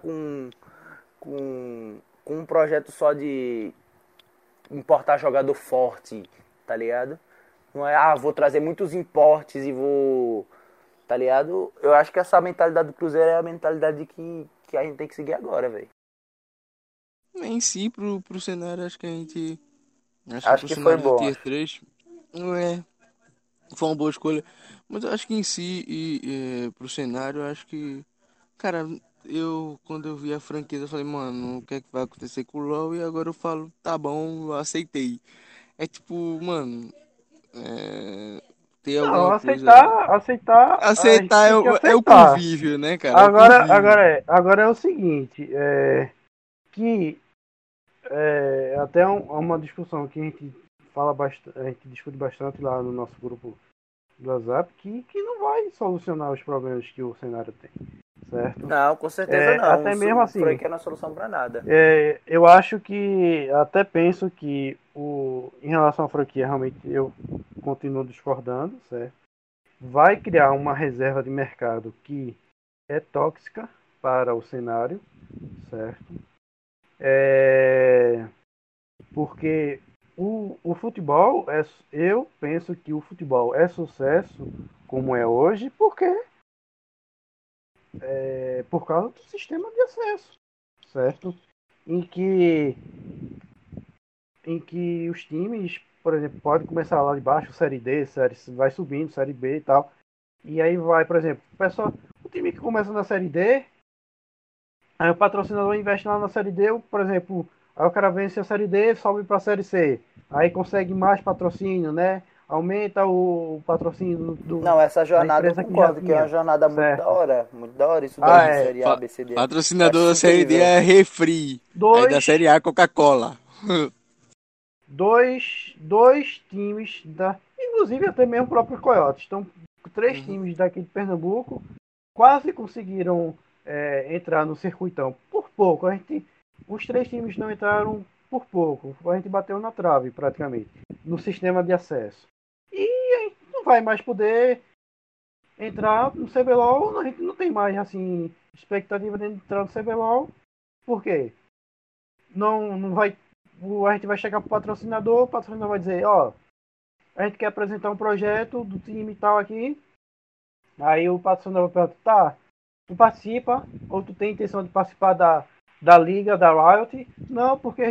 Speaker 1: com um projeto só de importar jogador forte, tá ligado? Não é, vou trazer muitos importes e vou... Tá ligado? Eu acho que essa mentalidade do Cruzeiro é a mentalidade que a gente tem que seguir agora, velho.
Speaker 2: Em si, pro cenário, acho que a gente. Acho que
Speaker 1: Acho
Speaker 2: pro
Speaker 1: que foi
Speaker 2: cenário do
Speaker 1: bom.
Speaker 2: Tier 3 não é. Foi uma boa escolha. Mas eu acho que em si, pro cenário, eu acho que. Cara, quando eu vi a franqueza, eu falei, mano, o que é que vai acontecer com o LoL? E agora eu falo, tá bom, eu aceitei. É tipo, mano, ter
Speaker 3: Não,
Speaker 2: alguma coisa.
Speaker 3: aceitar, a gente
Speaker 2: Aceitar
Speaker 3: tem que
Speaker 2: é o
Speaker 3: aceitar.
Speaker 2: convívio, né, cara? É o convívio.
Speaker 3: Agora é o seguinte, que até uma discussão que a gente fala bastante, a gente discute bastante lá no nosso grupo do WhatsApp, que não vai solucionar os problemas que o cenário tem, certo?
Speaker 1: Não, com certeza não.
Speaker 3: Até mesmo
Speaker 1: O
Speaker 3: assim,
Speaker 1: franquia não é solução pra nada.
Speaker 3: eu acho que, até penso que em relação à franquia, realmente eu continuo discordando, certo? Vai criar uma reserva de mercado que é tóxica para o cenário, certo? Porque o futebol, eu penso que o futebol é sucesso como é hoje, porque por causa do sistema de acesso, certo? Em que, em que os times, por exemplo, podem começar lá de baixo, série D, vai subindo, série B e tal. E aí vai, por exemplo, o time que começa na série D, aí o patrocinador investe lá na série D, por exemplo, aí o cara vence a série D, sobe para a série C. Aí consegue mais patrocínio, né? Aumenta o patrocínio
Speaker 1: Não, essa
Speaker 3: da
Speaker 1: jornada eu
Speaker 3: empresa que já
Speaker 1: concordo, que é uma
Speaker 3: tinha,
Speaker 1: jornada muito da
Speaker 3: certo?
Speaker 1: hora. Muito da hora isso daí
Speaker 3: Ah,
Speaker 1: de série A, B, C, D. Eu
Speaker 2: Patrocinador
Speaker 1: acho
Speaker 2: da
Speaker 1: isso
Speaker 2: série D
Speaker 1: incrível.
Speaker 2: é Refri. Aí da
Speaker 3: Dois,
Speaker 2: série A, Coca-Cola.
Speaker 3: dois times inclusive até mesmo o próprio Coyote. Então, 3 times daqui de Pernambuco quase conseguiram entrar no circuitão. Por pouco. Os 3 times não entraram por pouco. A gente bateu na trave, praticamente, no sistema de acesso. E a gente não vai mais poder entrar no CBLOL. A gente não tem mais, assim, expectativa de entrar no CBLOL. Por quê? Não vai... A gente vai chegar pro patrocinador, o patrocinador vai dizer, ó, a gente quer apresentar um projeto do time tal aqui. Aí o patrocinador pergunta, tá, tu participa ou tu tem intenção de participar da liga, da Riot? Não, porque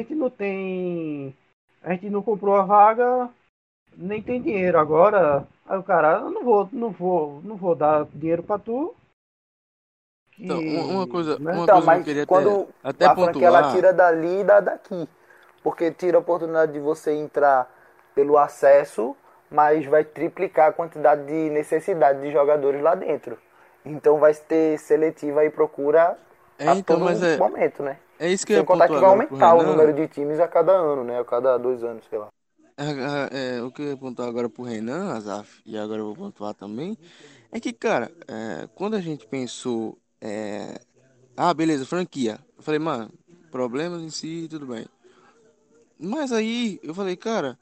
Speaker 3: a gente não comprou a vaga, nem tem dinheiro agora. Aí o cara, eu não vou dar dinheiro pra tu,
Speaker 2: Então, uma
Speaker 3: que,
Speaker 2: coisa,
Speaker 3: né?
Speaker 2: uma
Speaker 1: Então,
Speaker 2: coisa que eu
Speaker 1: mas
Speaker 2: queria
Speaker 1: quando
Speaker 2: até
Speaker 1: a franquia ela
Speaker 2: pontuar.
Speaker 1: tira dali e dá daqui. Porque tira a oportunidade de você entrar pelo acesso, mas vai triplicar a quantidade de necessidade de jogadores lá dentro. Então vai ter seletiva e procura a
Speaker 2: Então, mas
Speaker 1: todo momento, né?
Speaker 2: é isso que eu
Speaker 1: Sem
Speaker 2: ia
Speaker 1: contar
Speaker 2: pontuar
Speaker 1: que vai
Speaker 2: agora pro
Speaker 1: aumentar o
Speaker 2: Renan.
Speaker 1: número de times a cada ano, né? A cada 2 anos, sei lá.
Speaker 2: O que eu ia pontuar agora pro Renan, Azaf, e agora eu vou pontuar também, é que, cara, quando a gente pensou, beleza, franquia. Eu falei, mano, problemas em si, tudo bem. Mas aí eu falei, cara,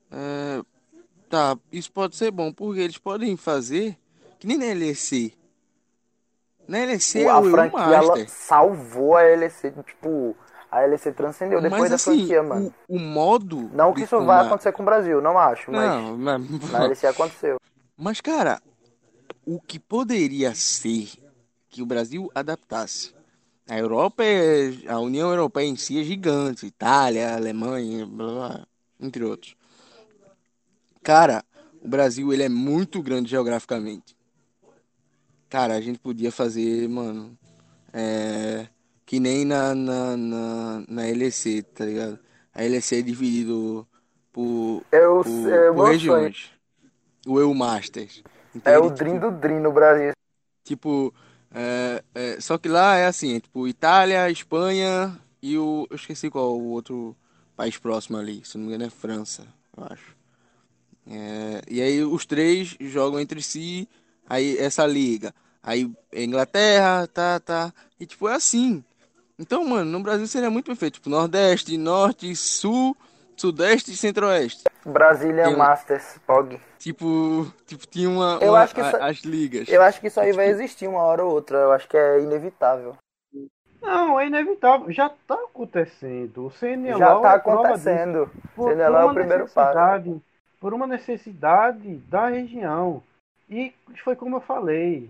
Speaker 2: tá, isso pode ser bom, porque eles podem fazer que nem na LEC. Na LEC é
Speaker 1: A
Speaker 2: o EU
Speaker 1: franquia ela
Speaker 2: Master.
Speaker 1: salvou a LEC, tipo, a LEC transcendeu depois
Speaker 2: Mas
Speaker 1: da
Speaker 2: assim,
Speaker 1: franquia, mano.
Speaker 2: o modo
Speaker 1: Não que
Speaker 2: de
Speaker 1: isso vai
Speaker 2: como
Speaker 1: acontecer com o Brasil, não acho, mas
Speaker 2: Não, mas,
Speaker 1: na LEC aconteceu.
Speaker 2: mas cara, o que poderia ser que o Brasil adaptasse? A União Europeia em si é gigante, Itália, Alemanha, blá, blá, entre outros. Cara, o Brasil ele é muito grande geograficamente. Cara, a gente podia fazer, mano, que nem na LEC, tá ligado? A LEC é dividido por,
Speaker 1: É o
Speaker 2: por
Speaker 1: meu sonho.
Speaker 2: regiões. O EU Masters,
Speaker 1: É
Speaker 2: entende?
Speaker 1: o Dream do Dream no Brasil.
Speaker 2: Tipo, só que lá é assim, tipo, Itália, Espanha e eu esqueci qual o outro país próximo ali, se não me engano é França, eu acho. E aí os três jogam entre si, aí essa liga. Aí Inglaterra, tá. E tipo, é assim. Então, mano, no Brasil seria muito perfeito. Tipo, Nordeste, Norte, Sul, Sudeste e Centro-Oeste.
Speaker 1: Brasília
Speaker 2: Tem
Speaker 1: Masters, POG.
Speaker 2: tipo, tinha
Speaker 1: Eu acho que isso,
Speaker 2: as ligas.
Speaker 1: eu acho que isso
Speaker 2: E,
Speaker 1: aí vai
Speaker 2: tipo,
Speaker 1: existir uma hora ou outra. Eu acho que é inevitável.
Speaker 3: Não, é inevitável. Já está acontecendo. O
Speaker 1: Já
Speaker 3: CNLOL
Speaker 1: tá
Speaker 3: é prova disso.
Speaker 1: acontecendo.
Speaker 3: Por,
Speaker 1: CNLO
Speaker 3: por
Speaker 1: é o
Speaker 3: uma
Speaker 1: primeiro passo.
Speaker 3: necessidade da região. E foi como eu falei.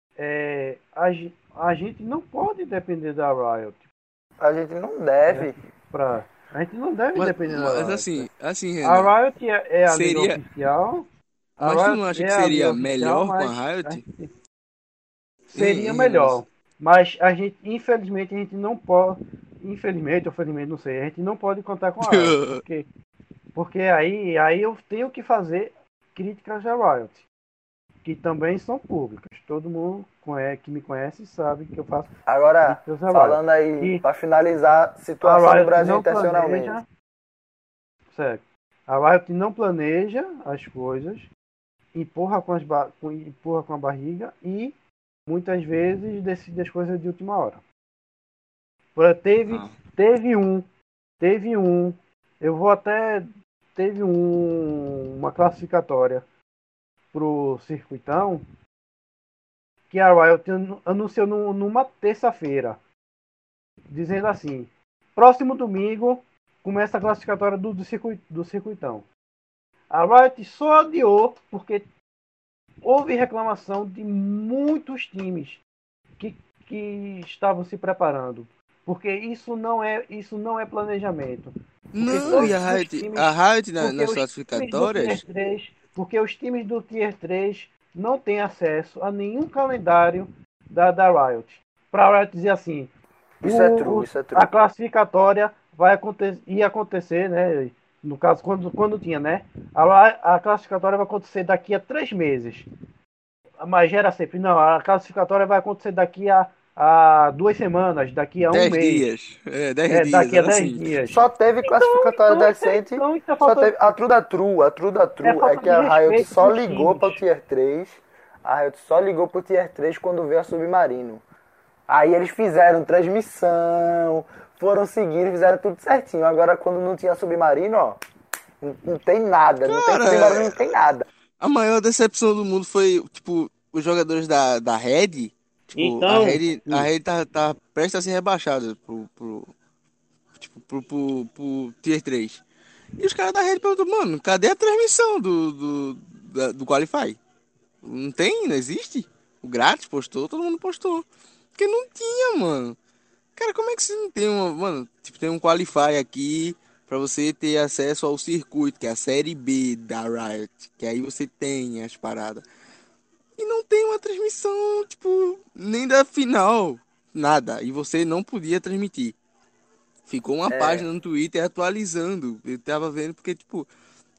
Speaker 3: A gente não pode depender da Riot.
Speaker 1: A gente não deve.
Speaker 3: A gente não deve depender da
Speaker 2: mas
Speaker 3: Riot.
Speaker 2: assim, Renan,
Speaker 3: A Riot é a liga
Speaker 2: seria.
Speaker 3: oficial. A
Speaker 2: Mas tu não
Speaker 3: Riot
Speaker 2: acha que
Speaker 3: é a liga
Speaker 2: seria
Speaker 3: oficial,
Speaker 2: melhor com a
Speaker 3: mas
Speaker 2: Riot?
Speaker 3: seria
Speaker 2: Renan?
Speaker 3: melhor. Mas a gente, infelizmente, a gente não pode. Infelizmente ou felizmente, não sei. A gente não pode contar com a Riot. Porque aí eu tenho que fazer críticas à Riot. Que também são públicas. Todo mundo que me conhece sabe que eu faço
Speaker 1: Agora,
Speaker 3: críticas à Riot.
Speaker 1: falando aí,
Speaker 3: E
Speaker 1: pra finalizar,
Speaker 3: a
Speaker 1: situação do
Speaker 3: Riot
Speaker 1: Brasil
Speaker 3: não
Speaker 1: intencionalmente.
Speaker 3: planeja. Certo. A Riot não planeja as coisas, empurra com a barriga e muitas vezes decide as coisas de última hora. Teve um, eu vou até, teve uma classificatória pro circuitão que a Riot anunciou numa terça-feira, dizendo assim: próximo domingo começa a classificatória do circuitão. A Riot só adiou porque houve reclamação de muitos times que estavam se preparando. Porque isso não é planejamento.
Speaker 2: Não, e a Riot nas classificatórias.
Speaker 3: Porque os times do Tier 3 não têm acesso a nenhum calendário da Riot. Para a Riot dizer assim,
Speaker 1: Isso é true.
Speaker 3: a classificatória ia acontecer, né? No caso, quando tinha, né? A classificatória vai acontecer daqui a 3 meses. Mas era sempre, não, a classificatória vai acontecer daqui a 2 semanas, daqui a
Speaker 2: 10
Speaker 3: mês.
Speaker 2: dias. 10 dias,
Speaker 3: daqui a 10
Speaker 2: assim.
Speaker 3: dias.
Speaker 1: Só teve classificatória decente.
Speaker 3: Então, isso é
Speaker 1: Só
Speaker 3: falta,
Speaker 1: teve, a true da true é que a Riot só ligou para o Tier 3. A Riot só ligou pro Tier 3 quando veio a Submarino. Aí eles fizeram transmissão, foram seguindo, fizeram tudo certinho. Agora quando não tinha Submarino, ó, não tem nada.
Speaker 2: Cara,
Speaker 1: não tem Submarino, não tem nada.
Speaker 2: A maior decepção do mundo foi, tipo, os jogadores da Red. Tipo,
Speaker 3: então,
Speaker 2: a Red tá prestes a ser rebaixada pro Tier 3. E os caras da Red perguntam, mano, cadê a transmissão do Qualify? Não tem? Não existe? O grátis postou, todo mundo postou. Porque não tinha, mano. Cara, como é que você não tem uma... Mano, tipo, tem um Qualify aqui pra você ter acesso ao circuito, que é a série B da Riot. Que aí você tem as paradas. E não tem uma transmissão, tipo, nem da final. Nada. E você não podia transmitir. Ficou uma página no Twitter atualizando. Eu tava vendo porque, tipo,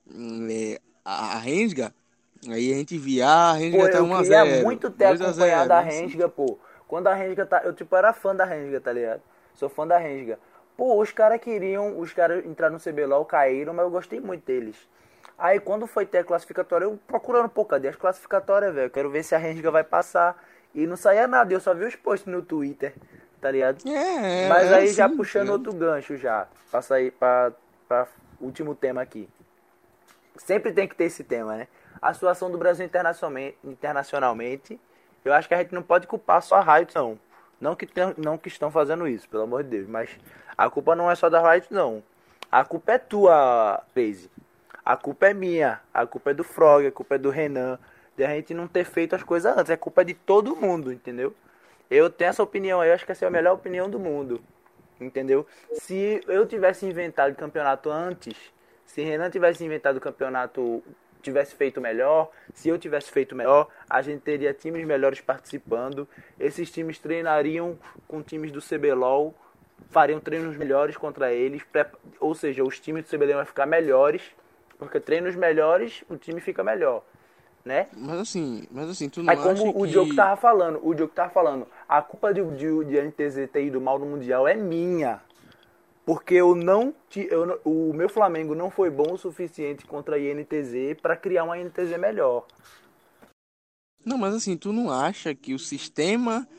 Speaker 2: a Renga, aí a gente via, a Renga tá 1x0.
Speaker 1: Eu queria muito ter
Speaker 2: 2 a 0,
Speaker 1: acompanhado a
Speaker 2: assim.
Speaker 1: Renga, pô. Quando a Renga tá... Eu, tipo, era fã da Renga, tá ligado? Sou fã da Renga. Pô, os caras entraram no CBLOL, caíram, mas eu gostei muito deles. Aí, quando foi ter a classificatória, eu procurando, pô, cadê as classificatórias, velho? Quero ver se a Renga vai passar. E não saía nada, eu só vi os posts no Twitter, tá ligado? Mas aí, já
Speaker 2: assim,
Speaker 1: puxando outro gancho já, pra sair pra último tema aqui. Sempre tem que ter esse tema, né? A situação do Brasil internacionalmente, eu acho que a gente não pode culpar só a Riot, não. Não que estão fazendo isso, pelo amor de Deus. Mas a culpa não é só da Riot, não. A culpa é tua, FaZe. A culpa é minha. A culpa é do Frog, a culpa é do Renan. De a gente não ter feito as coisas antes. A culpa é de todo mundo, entendeu? Eu tenho essa opinião aí, eu acho que essa é a melhor opinião do mundo. Entendeu? Se eu tivesse inventado o campeonato antes, se Renan tivesse inventado o campeonato, tivesse feito melhor, se eu tivesse feito melhor, a gente teria times melhores participando. Esses times treinariam com times do CBLOL, fariam treinos melhores contra eles, ou seja, os times do CBLOL vão ficar melhores, porque treinos melhores, o time fica melhor, né?
Speaker 2: Mas assim, tu não
Speaker 1: Aí como
Speaker 2: acha
Speaker 1: o
Speaker 2: que...
Speaker 1: Diogo tava falando, a culpa de NTZ ter ido mal no Mundial é minha. Porque eu não, o meu Flamengo não foi bom o suficiente contra a INTZ para criar uma INTZ melhor.
Speaker 2: Não, mas assim, tu não acha que o sistema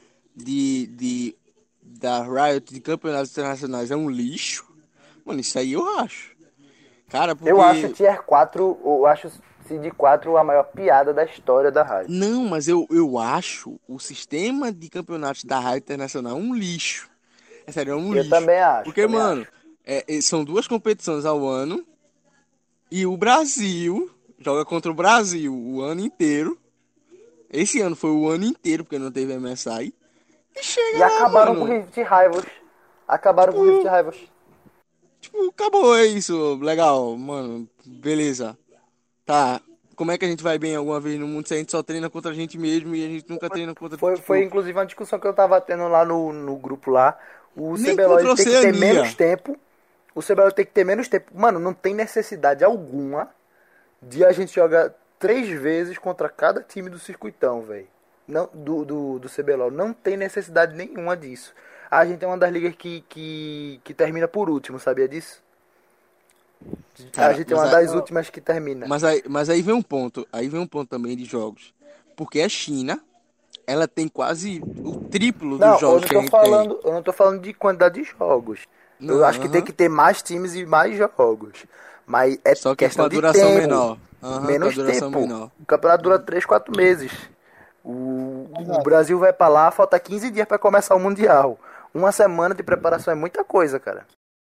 Speaker 2: da Riot de campeonatos internacionais é um lixo? Mano, isso aí eu acho. Cara,
Speaker 1: Eu acho o
Speaker 2: porque.
Speaker 1: Tier 4, eu acho o Seed 4 a maior piada da história da Riot.
Speaker 2: Não, mas eu acho o sistema de campeonatos da Riot Internacional um lixo. É sério, é um
Speaker 1: Eu
Speaker 2: lixo.
Speaker 1: também acho,
Speaker 2: Porque, mano, são duas competições ao ano e o Brasil joga contra o Brasil o ano inteiro. Esse ano foi o ano inteiro, porque não teve MSI. E chega
Speaker 1: E
Speaker 2: lá,
Speaker 1: acabaram com o
Speaker 2: mano.
Speaker 1: Rift Rivals. Acabaram com o Rift
Speaker 2: Tipo,
Speaker 1: Rivals.
Speaker 2: tipo, acabou, é isso. Legal, mano. Beleza. Tá. Como é que a gente vai bem alguma vez no mundo se a gente só treina contra a gente mesmo e a gente nunca treina contra,
Speaker 1: Foi
Speaker 2: tipo,
Speaker 1: inclusive uma discussão que eu tava tendo lá no grupo lá. O
Speaker 2: nem
Speaker 1: CBLOL
Speaker 2: contra
Speaker 1: ele
Speaker 2: a
Speaker 1: tem que ter menos
Speaker 2: Oceania.
Speaker 1: tempo. O CBLOL tem que ter menos tempo. Mano, não tem necessidade alguma de a gente jogar 3 vezes contra cada time do circuitão, velho. Não, do CBLOL. Não tem necessidade nenhuma disso. A gente é uma das ligas que termina por último, sabia disso? A
Speaker 2: Cara,
Speaker 1: gente é uma das últimas que termina.
Speaker 2: mas aí vem um ponto. Aí vem um ponto também de jogos. Porque a China, ela tem quase o triplo dos
Speaker 1: Não,
Speaker 2: jogos que a gente tem.
Speaker 1: eu não tô falando de quantidade de jogos. Eu
Speaker 2: Não,
Speaker 1: acho que tem
Speaker 2: aham.
Speaker 1: que ter mais times e mais jogos. Mas é
Speaker 2: Só que com
Speaker 1: questão
Speaker 2: a
Speaker 1: de
Speaker 2: duração
Speaker 1: tempo.
Speaker 2: menor. Aham, com a
Speaker 1: Menos
Speaker 2: duração
Speaker 1: tempo.
Speaker 2: menor.
Speaker 1: O campeonato dura 3, 4 meses. O
Speaker 4: Exato.
Speaker 1: Brasil vai pra lá, falta 15 dias pra começar o Mundial. Uma semana de preparação é muita coisa, cara.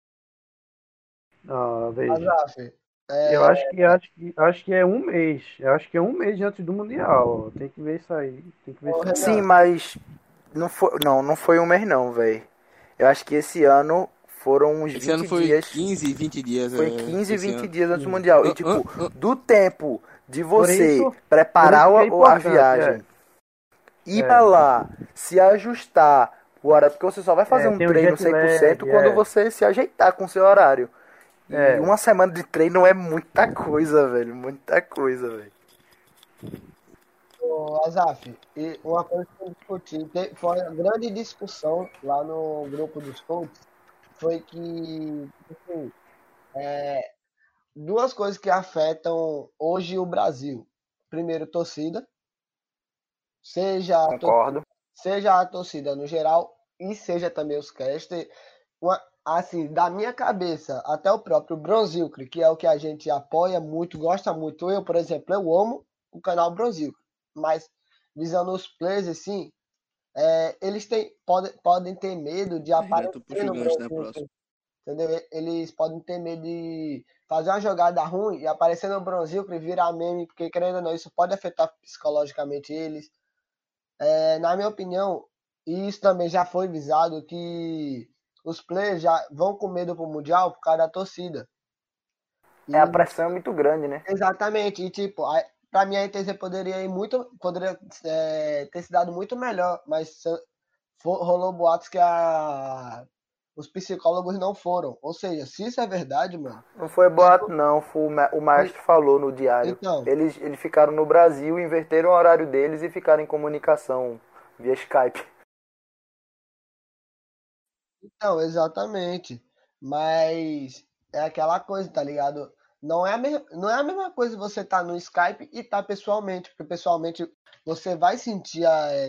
Speaker 3: Ah, veja.
Speaker 4: Azaf,
Speaker 3: Eu
Speaker 4: é,
Speaker 3: acho que é um mês. Eu acho que é um mês antes do Mundial. Ó. Tem que ver isso aí. Tem que ver
Speaker 4: ô,
Speaker 3: isso aí.
Speaker 1: Sim,
Speaker 4: Renan,
Speaker 1: mas não foi um mês não, velho. Eu acho que esse ano foram uns
Speaker 2: Esse ano
Speaker 1: 20
Speaker 2: foi
Speaker 1: dias.
Speaker 2: 15, 20 dias.
Speaker 1: Foi 15,
Speaker 2: Esse
Speaker 1: 20
Speaker 2: ano.
Speaker 1: dias antes do Mundial. E,
Speaker 2: Ah, ah,
Speaker 1: tipo,
Speaker 2: ah.
Speaker 1: do tempo de
Speaker 3: Por
Speaker 1: você
Speaker 3: isso, por
Speaker 1: preparar
Speaker 3: isso que é
Speaker 1: a
Speaker 3: importante.
Speaker 1: viagem, ir pra lá, se ajustar o horário, porque você só vai fazer um
Speaker 3: Tem o
Speaker 1: treino
Speaker 3: jet
Speaker 1: 100%
Speaker 3: lag.
Speaker 1: quando você se ajeitar com o seu horário. E
Speaker 3: É.
Speaker 1: uma semana de treino é muita coisa, velho. Muita coisa, velho.
Speaker 4: ô, Azaf, e uma coisa que eu discuti, foi uma grande discussão lá no grupo dos coaches, foi que, assim, duas coisas que afetam hoje o Brasil. Primeiro, torcida, seja a, tor-
Speaker 1: Concordo.
Speaker 4: seja a torcida no geral e seja também os casters. Assim, da minha cabeça até o próprio Bronzilcre, que é o que a gente apoia muito, gosta muito. Eu, por exemplo, eu amo o canal Bronzilcre, mas visando os players, assim, eles podem ter medo de
Speaker 2: Aí já
Speaker 4: aparecer
Speaker 2: tu puxa o
Speaker 4: no
Speaker 2: gancho da próxima.
Speaker 4: Bronzilcre, entendeu? Eles podem ter medo de fazer uma jogada ruim e aparecer no Bronzilcre e virar meme, porque querendo ou não, isso pode afetar psicologicamente eles. Na minha opinião, e isso também já foi visado, que os players já vão com medo pro Mundial por causa da torcida.
Speaker 1: É, a
Speaker 4: E,
Speaker 1: pressão é muito grande, né?
Speaker 4: exatamente, e tipo, pra mim a ITZ poderia ter se dado muito melhor, mas rolou boatos que os psicólogos não foram. Ou seja, se isso é verdade, mano,
Speaker 1: Não foi boato, não. Foi o maestro falou no diário.
Speaker 4: então,
Speaker 1: Eles ficaram no Brasil, inverteram o horário deles e ficaram em comunicação via Skype.
Speaker 4: Então, exatamente. Mas é aquela coisa, tá ligado? Não é a mesma coisa você tá no Skype e tá pessoalmente, porque pessoalmente você vai sentir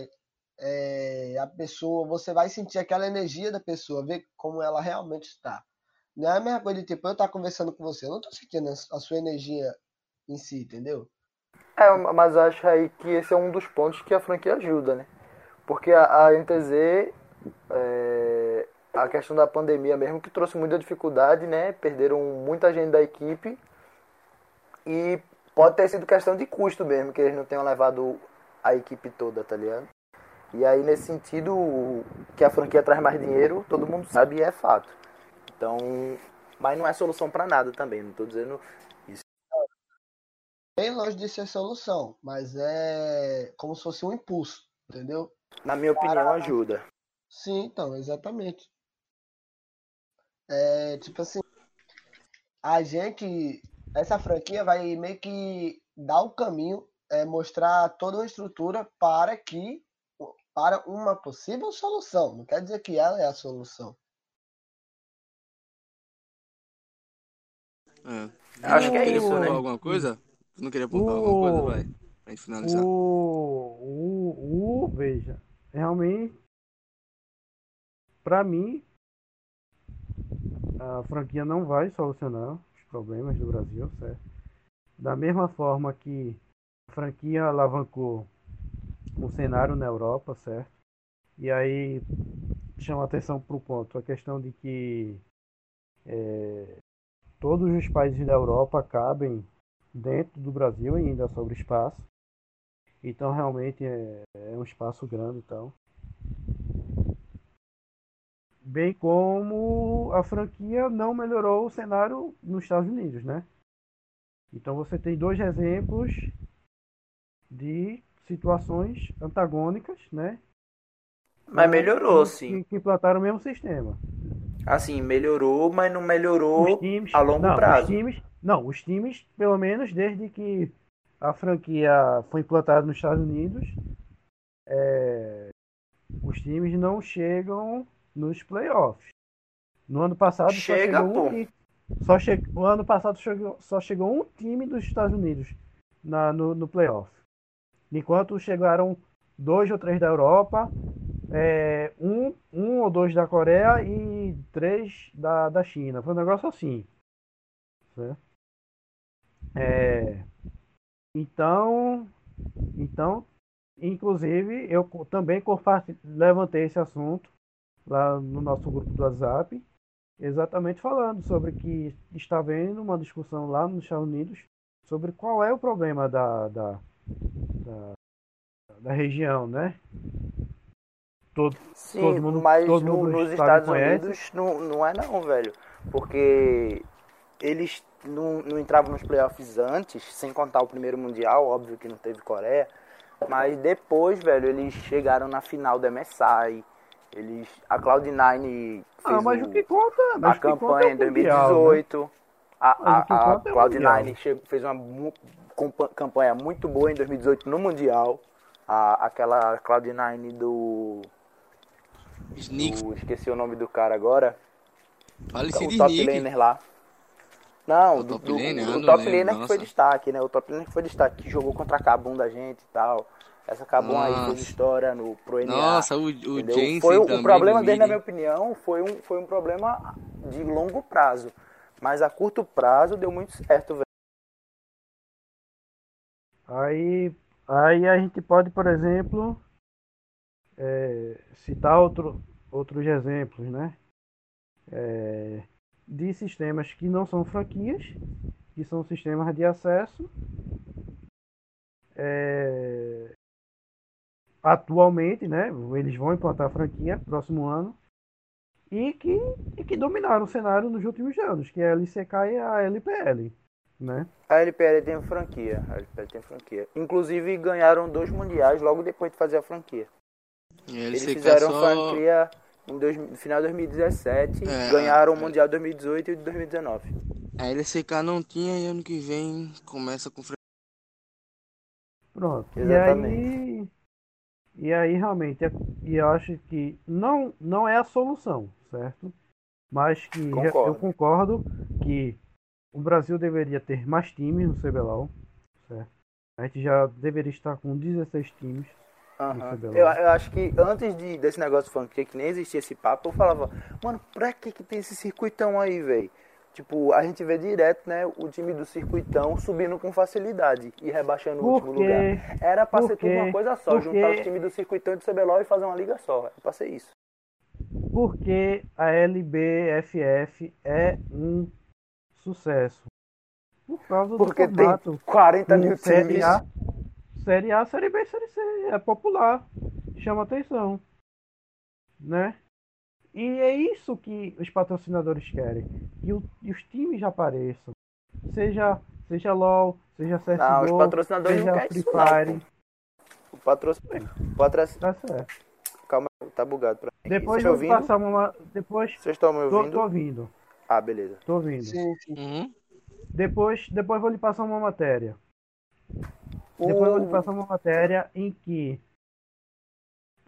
Speaker 4: a pessoa, você vai sentir aquela energia da pessoa, ver como ela realmente está. Não é a mesma coisa de tipo, eu estar conversando com você, eu não tô sentindo a sua energia em si, entendeu?
Speaker 1: É, mas acho aí que esse é um dos pontos que a franquia ajuda, né? Porque a NTZ, a questão da pandemia mesmo, que trouxe muita dificuldade, né? Perderam muita gente da equipe e pode ter sido questão de custo mesmo, que eles não tenham levado a equipe toda, tá ligado? E aí, nesse sentido, que a franquia traz mais dinheiro, todo mundo sabe e é fato. Então, mas não é solução pra nada também, não tô dizendo isso.
Speaker 4: Bem longe de ser solução, mas é como se fosse um impulso, entendeu?
Speaker 1: Na minha opinião, ajuda.
Speaker 4: Sim, então, exatamente. Tipo assim, essa franquia vai meio que dar o caminho, mostrar toda uma estrutura para uma possível solução. Não quer dizer que ela é a solução.
Speaker 2: É.
Speaker 1: Acho que
Speaker 2: Tu
Speaker 1: é
Speaker 2: queria
Speaker 1: isso,
Speaker 2: pontuar
Speaker 1: né?
Speaker 2: alguma coisa? Tu não queria pontuar alguma coisa?
Speaker 3: O,
Speaker 2: Vai. Pra gente finalizar.
Speaker 3: veja, realmente, para mim, a franquia não vai solucionar os problemas do Brasil, certo? Da mesma forma que a franquia alavancou o cenário na Europa, certo? E aí chama atenção para o ponto, a questão de que todos os países da Europa cabem dentro do Brasil ainda sobre espaço. Então realmente é um espaço grande, então. Bem como a franquia não melhorou o cenário nos Estados Unidos, né? Então você tem dois exemplos de situações antagônicas, né?
Speaker 1: Mas melhorou, sim.
Speaker 3: Que implantaram o mesmo sistema.
Speaker 1: Assim, melhorou, mas não
Speaker 3: Os
Speaker 1: melhorou
Speaker 3: times,
Speaker 1: a longo prazo.
Speaker 3: os times, pelo menos desde que a franquia foi implantada nos Estados Unidos, os times não chegam nos playoffs. No ano passado só
Speaker 1: Chega,
Speaker 3: chegou um
Speaker 1: pô.
Speaker 3: time. No ano passado só chegou um time dos Estados Unidos no playoff. Enquanto chegaram dois ou três da Europa, um ou dois da Coreia e três da China. Foi um negócio assim. Certo? Então, então, inclusive, eu também levantei esse assunto lá no nosso grupo do WhatsApp, exatamente falando sobre que está havendo uma discussão lá nos Estados Unidos sobre qual é o problema da região, né? Todo,
Speaker 1: Sim, mas
Speaker 3: todo mundo
Speaker 1: nos
Speaker 3: sabe e
Speaker 1: Estados
Speaker 3: conhece.
Speaker 1: Unidos não é não, velho. Porque eles não entravam nos playoffs antes, sem contar o primeiro mundial, óbvio que não teve Coreia. Mas depois, velho, eles chegaram na final do MSI. A Cloud9 fez
Speaker 3: Mas o que conta,
Speaker 1: a
Speaker 3: mas o que conta é
Speaker 1: campanha
Speaker 3: o
Speaker 1: em
Speaker 3: Mundial, né?
Speaker 1: 2018.
Speaker 3: Mas o que
Speaker 1: A
Speaker 3: conta é o Mundial.
Speaker 1: Cloud9 fez uma campanha muito boa em 2018 no Mundial. Aquela Cloud9
Speaker 2: Snick.
Speaker 1: esqueci o nome do cara agora. O
Speaker 2: Falecido
Speaker 1: top
Speaker 2: Snick.
Speaker 1: laner lá. Não,
Speaker 2: O top laner?
Speaker 1: o
Speaker 2: Não
Speaker 1: top
Speaker 2: lembro,
Speaker 1: laner que foi
Speaker 2: nossa.
Speaker 1: destaque, né? O top laner que foi destaque, que jogou contra a Kabum da gente e tal. Essa Kabum aí fez
Speaker 2: Nossa.
Speaker 1: história pro NA.
Speaker 2: Nossa, o
Speaker 1: Entendeu?
Speaker 2: Jensen
Speaker 1: O
Speaker 2: também
Speaker 1: problema
Speaker 2: do
Speaker 1: dele, na
Speaker 2: mid.
Speaker 1: minha opinião, foi um problema de longo prazo. Mas a curto prazo deu muito certo, velho.
Speaker 3: Aí a gente pode, por exemplo, citar outros exemplos, né? De sistemas que não são franquias, que são sistemas de acesso. Atualmente, né? Eles vão implantar a franquia próximo ano. E que dominaram o cenário nos últimos anos, que é a LCK e a LPL, né?
Speaker 1: A LPL tem franquia. A LPL tem franquia. Inclusive ganharam 2 mundiais logo depois de fazer a franquia. Eles
Speaker 2: LCK
Speaker 1: fizeram
Speaker 2: só.
Speaker 1: franquia no final de 2017, ganharam o Mundial de 2018 e de 2019.
Speaker 2: A LCK não tinha e ano que vem começa com.
Speaker 3: Pronto.
Speaker 1: Exatamente.
Speaker 3: E aí realmente, eu acho que não é a solução, certo? Mas que eu concordo que o Brasil deveria ter mais times no CBLOL, certo? A gente já deveria estar com 16 times no CBLOL.
Speaker 1: Eu acho que antes desse negócio de franquia, que nem existia esse papo, eu falava, mano, pra que tem esse circuitão aí, velho? Tipo, a gente vê direto, né, o time do circuitão subindo com facilidade e rebaixando o último lugar. Era pra ser tudo uma coisa só, juntar os times do circuitão e do CBLOL e fazer uma liga só. Era pra ser isso.
Speaker 3: Porque a LBFF é um sucesso. Por causa do formato.
Speaker 1: Tem 40 mil times.
Speaker 3: Série A, Série B, Série C. É popular. Chama atenção. Né? E é isso que os patrocinadores querem. E os times apareçam. Seja LOL, seja CSGO,
Speaker 1: não, os patrocinadores
Speaker 3: seja
Speaker 1: não querem
Speaker 3: Free
Speaker 1: isso
Speaker 3: Fire.
Speaker 1: não, o patrocínio.
Speaker 3: Tá certo.
Speaker 1: Calma, tá bugado pra mim.
Speaker 3: Depois
Speaker 1: eu
Speaker 3: eu vou passar uma. Depois.
Speaker 1: Vocês estão me ouvindo?
Speaker 3: Tô ouvindo.
Speaker 1: Ah, beleza.
Speaker 3: Tô ouvindo.
Speaker 4: Sim.
Speaker 2: Uhum.
Speaker 3: Depois vou lhe passar uma matéria. Depois vou lhe passar uma matéria em que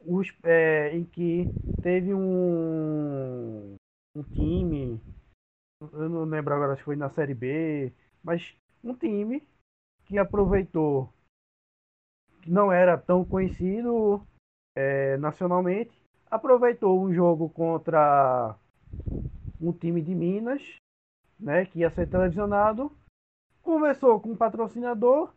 Speaker 3: teve um time eu não lembro agora se foi na Série B, mas um time que aproveitou, que não era tão conhecido nacionalmente, aproveitou um jogo contra um time de Minas, né, que ia ser televisionado, conversou com o patrocinador,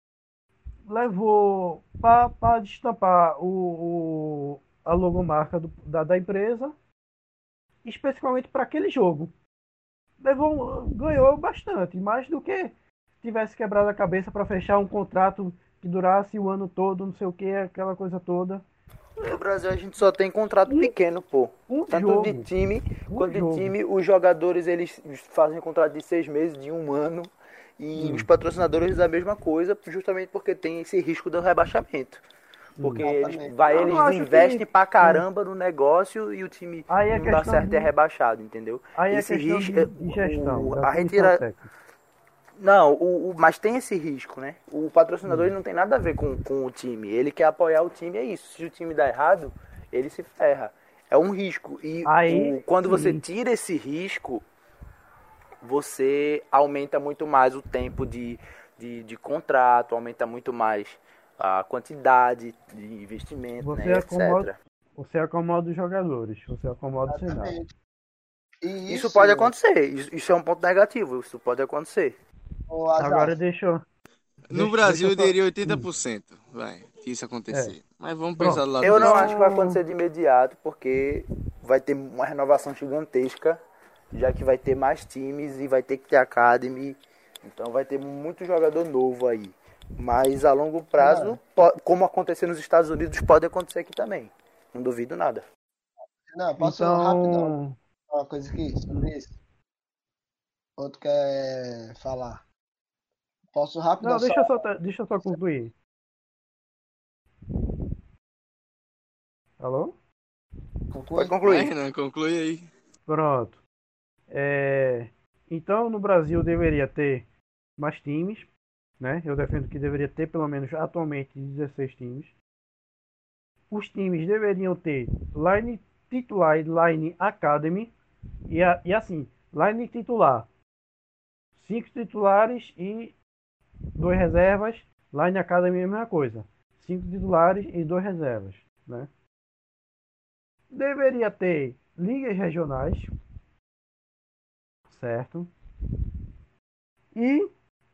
Speaker 3: levou para destampar a logomarca da empresa, especificamente para aquele jogo. Ganhou bastante, mais do que tivesse quebrado a cabeça para fechar um contrato que durasse o ano todo, não sei o que, aquela coisa toda.
Speaker 1: No Brasil a gente só tem contrato pequeno, pô. Tanto
Speaker 3: jogo.
Speaker 1: de time quanto de time, os jogadores eles fazem contrato de 6 meses, de 1 ano. E os patrocinadores a mesma coisa, justamente porque tem esse risco do rebaixamento. Porque eles investem pra caramba no negócio e o time não dá certo e é rebaixado, entendeu?
Speaker 3: Aí
Speaker 1: esse
Speaker 3: risco
Speaker 1: de
Speaker 3: gestão,
Speaker 1: a retira... Não, mas tem esse risco, né? O patrocinador ele não tem nada a ver com o time. Ele quer apoiar o time, é isso. Se o time dá errado, ele se ferra. É um risco. E quando você tira esse risco, você aumenta muito mais o tempo de contrato, aumenta muito mais a quantidade de investimento, né, etc.
Speaker 3: Você acomoda os jogadores, você acomoda o cenário.
Speaker 1: Isso pode acontecer, isso é um ponto negativo, isso pode acontecer.
Speaker 3: Agora deixa
Speaker 2: no Brasil eu diria 80%, vai, que isso acontecer. Mas vamos pensar do lado
Speaker 1: eu não acho que vai acontecer de imediato, porque vai ter uma renovação gigantesca, já que vai ter mais times e vai ter que ter academy, então vai ter muito jogador novo aí. Mas a longo prazo, como acontecer nos Estados Unidos, pode acontecer aqui também. Não duvido nada.
Speaker 4: Não, posso rapidão uma coisa aqui sobre isso? Outro quer falar? Posso rápido?
Speaker 3: Não, deixa eu só concluir. Alô?
Speaker 1: Pode concluir.
Speaker 2: Não, conclui aí.
Speaker 3: Pronto. Então, no Brasil deveria ter mais times, né? Eu defendo que deveria ter pelo menos atualmente 16 times. Os times deveriam ter line titular e line academy. E assim, line titular, 5 titulares e 2 reservas. Line academy é a mesma coisa, 5 titulares e 2 reservas, né? Deveria ter ligas regionais, certo? E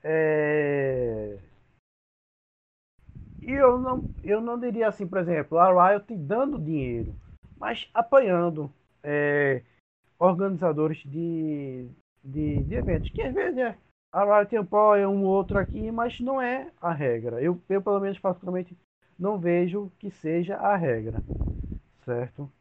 Speaker 3: eu não diria assim, por exemplo, a Riot dando dinheiro, mas apoiando organizadores de eventos, que às vezes a Riot apoia um outro aqui, mas não é a regra. Eu pelo menos particularmente não vejo que seja a regra, certo?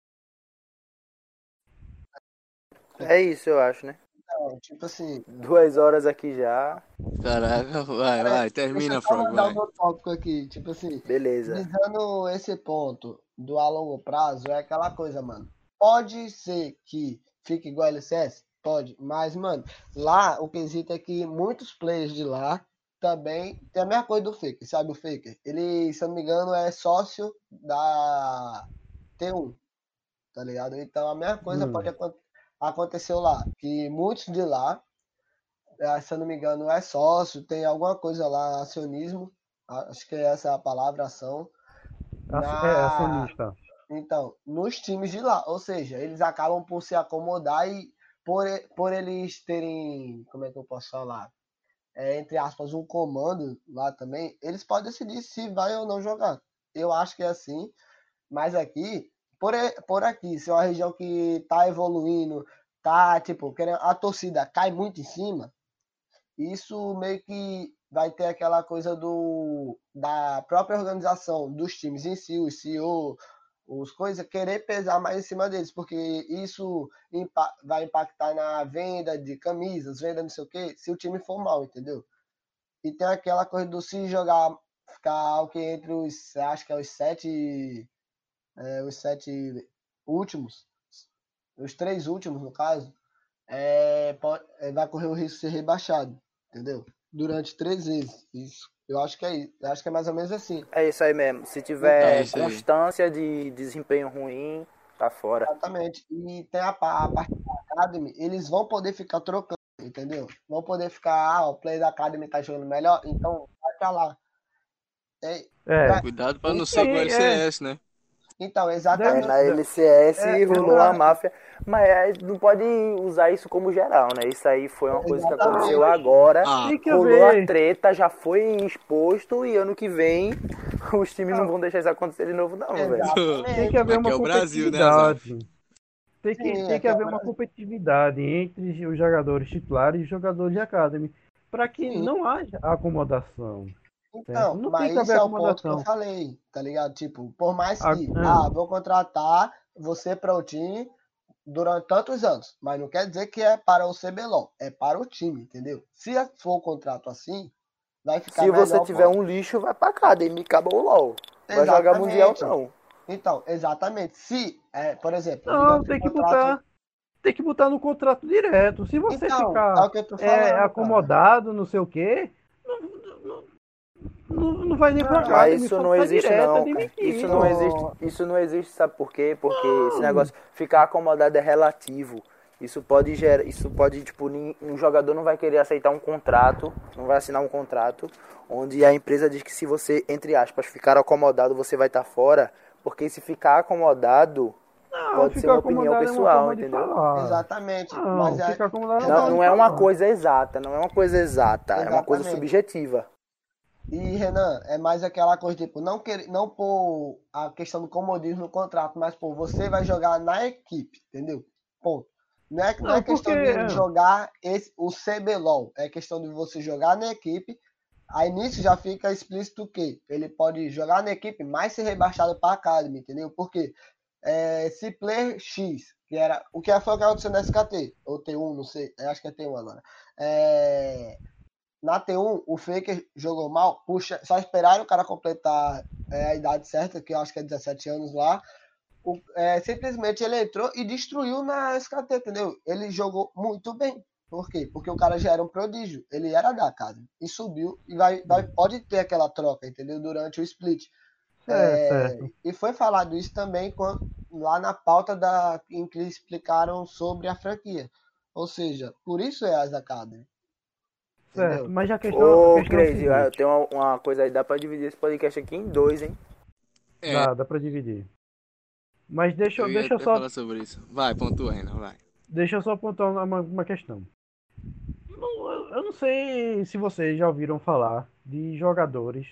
Speaker 1: É isso, eu acho, né?
Speaker 4: Não, tipo assim...
Speaker 1: 2 horas aqui já.
Speaker 2: Caraca, vai, termina, Frank, vai.
Speaker 4: Deixa eu só tópico aqui, tipo assim...
Speaker 1: Beleza.
Speaker 4: Visando esse ponto do a longo prazo, é aquela coisa, mano. Pode ser que fique igual a LCS? Pode, mas, mano, lá o quesito é que muitos players de lá também tem a mesma coisa do Faker, sabe o Faker? Ele, se eu não me engano, é sócio da T1, tá ligado? Então a mesma coisa pode acontecer lá, que muitos de lá, se eu não me engano, é sócio, tem alguma coisa lá, acionismo, acho que essa é a palavra, ação.
Speaker 3: Acionista.
Speaker 4: Então, nos times de lá, ou seja, eles acabam por se acomodar e por eles terem, como é que eu posso falar? Entre aspas, um comando lá também, eles podem decidir se vai ou não jogar. Eu acho que é assim, mas aqui, por aqui, se é uma região que tá evoluindo, tá, tipo, a torcida cai muito em cima, isso meio que vai ter aquela coisa da própria organização dos times em si, o CEO, os coisas, querer pesar mais em cima deles, porque isso vai impactar na venda de camisas, venda não sei o quê, se o time for mal, entendeu? E tem aquela coisa do se jogar, ficar o que entre acho que é os sete últimos, os 3 últimos no caso, vai correr o risco de ser rebaixado, entendeu? Durante 3 vezes. Isso. Eu acho que é mais ou menos assim.
Speaker 1: É isso aí mesmo. Se tiver constância de desempenho ruim, tá fora.
Speaker 4: Exatamente. E tem a parte da Academy, eles vão poder ficar trocando, entendeu? Vão poder ficar, o player da Academy tá jogando melhor, então vai pra lá.
Speaker 2: Cuidado pra não
Speaker 3: Sim,
Speaker 2: ser igual LCS, né?
Speaker 4: Então,
Speaker 1: Na
Speaker 4: exatamente.
Speaker 1: LCS rolou a
Speaker 3: exato.
Speaker 1: máfia, mas não pode usar isso como geral, né? Isso aí foi uma coisa que
Speaker 4: Exatamente.
Speaker 1: aconteceu agora,
Speaker 3: Tem que
Speaker 1: rolou a
Speaker 3: haver.
Speaker 1: treta, já foi exposto e ano que vem os times não vão deixar isso acontecer de novo não, velho.
Speaker 3: Tem que haver
Speaker 2: Aqui
Speaker 3: uma
Speaker 2: é o Brasil, né, Azaf?
Speaker 3: competitividade. Tem
Speaker 4: Sim,
Speaker 3: que
Speaker 4: aqui é o
Speaker 3: haver uma
Speaker 4: Brasil.
Speaker 3: competitividade entre os jogadores titulares e os jogadores de Academy, para que
Speaker 4: Sim.
Speaker 3: não haja acomodação. Certo?
Speaker 4: Então,
Speaker 3: Não tem
Speaker 4: mas
Speaker 3: que haver
Speaker 4: isso é o ponto que eu
Speaker 3: acomodação.
Speaker 4: falei, tá ligado? Tipo, por mais
Speaker 3: A-
Speaker 4: que,
Speaker 3: ah,
Speaker 4: vou contratar você para o time durante tantos anos, mas não quer dizer que é para o CBLOL, é para o time, entendeu? Se for o contrato assim, vai ficar
Speaker 1: Se você
Speaker 4: melhor.
Speaker 1: tiver um lixo, vai pra Academy, acabou o LoL. Vai jogar Mundial
Speaker 4: Exatamente.
Speaker 1: não.
Speaker 4: Então, exatamente. Se, por exemplo,
Speaker 3: não,
Speaker 4: digamos que o contrato.
Speaker 3: tem que botar no contrato direto. Se você
Speaker 4: Então, é
Speaker 3: ficar
Speaker 4: o que eu tô falando, cara.
Speaker 3: acomodado, não sei o quê, não vai nem pra
Speaker 4: Não,
Speaker 1: Mas
Speaker 3: Academy,
Speaker 1: isso
Speaker 3: só
Speaker 1: não
Speaker 3: tá
Speaker 1: existe
Speaker 3: direto, é
Speaker 1: não, cara. Isso
Speaker 3: demitido.
Speaker 1: não existe,
Speaker 4: não,
Speaker 1: sabe por quê? Porque esse
Speaker 3: Não.
Speaker 1: negócio ficar acomodado é relativo. Isso pode gerar, tipo, um jogador não vai querer aceitar um contrato, não vai assinar um contrato onde a empresa diz que se você, entre aspas, ficar acomodado, você vai estar fora, porque se ficar acomodado
Speaker 3: Não,
Speaker 1: pode ser
Speaker 3: ficar
Speaker 1: uma opinião
Speaker 3: acomodado é uma
Speaker 1: pessoal,
Speaker 3: forma de
Speaker 1: entendeu?
Speaker 3: falar.
Speaker 4: exatamente. Mas
Speaker 3: Não,
Speaker 4: é,
Speaker 3: ficar acomodado é uma
Speaker 1: Não,
Speaker 3: forma
Speaker 1: não
Speaker 3: de
Speaker 1: é uma
Speaker 3: falar.
Speaker 1: coisa exata, é uma coisa
Speaker 4: exatamente.
Speaker 1: subjetiva.
Speaker 4: E, Renan, é mais aquela coisa, tipo, não, não pôr a questão do comodismo no contrato, mas, pô, você vai jogar na equipe, entendeu? Ponto. Não é
Speaker 3: Não, porque.
Speaker 4: questão de jogar o CBLOL, é questão de você jogar na equipe. Aí nisso já fica explícito o quê? Ele pode jogar na equipe, mas ser rebaixado para a Academy, entendeu? Porque se player X, que era o que foi o que aconteceu na SKT, ou T1, não sei, acho que é T1 agora. Na T1, o Faker jogou mal, puxa, só esperaram o cara completar a idade certa, que eu acho que é 17 anos lá. Simplesmente ele entrou e destruiu na SKT, entendeu? Ele jogou muito bem. Por quê? Porque o cara já era um prodígio. Ele era da casa. E subiu e pode ter aquela troca, entendeu? Durante o split.
Speaker 3: Certo.
Speaker 4: E foi falado isso também lá na pauta em que explicaram sobre a franquia. Ou seja, por isso é as Academy.
Speaker 3: Certo.
Speaker 4: Entendeu?
Speaker 3: Mas a
Speaker 1: Ô,
Speaker 3: questão é o
Speaker 1: Crazy, eu
Speaker 3: seguinte.
Speaker 1: tenho uma coisa aí, dá pra dividir esse podcast aqui em dois, hein?
Speaker 3: Dá pra dividir. Mas
Speaker 2: Eu ia até falar sobre isso. Vai, pontua, Renan, vai.
Speaker 3: deixa eu só apontar uma questão. Eu não sei se vocês já ouviram falar de jogadores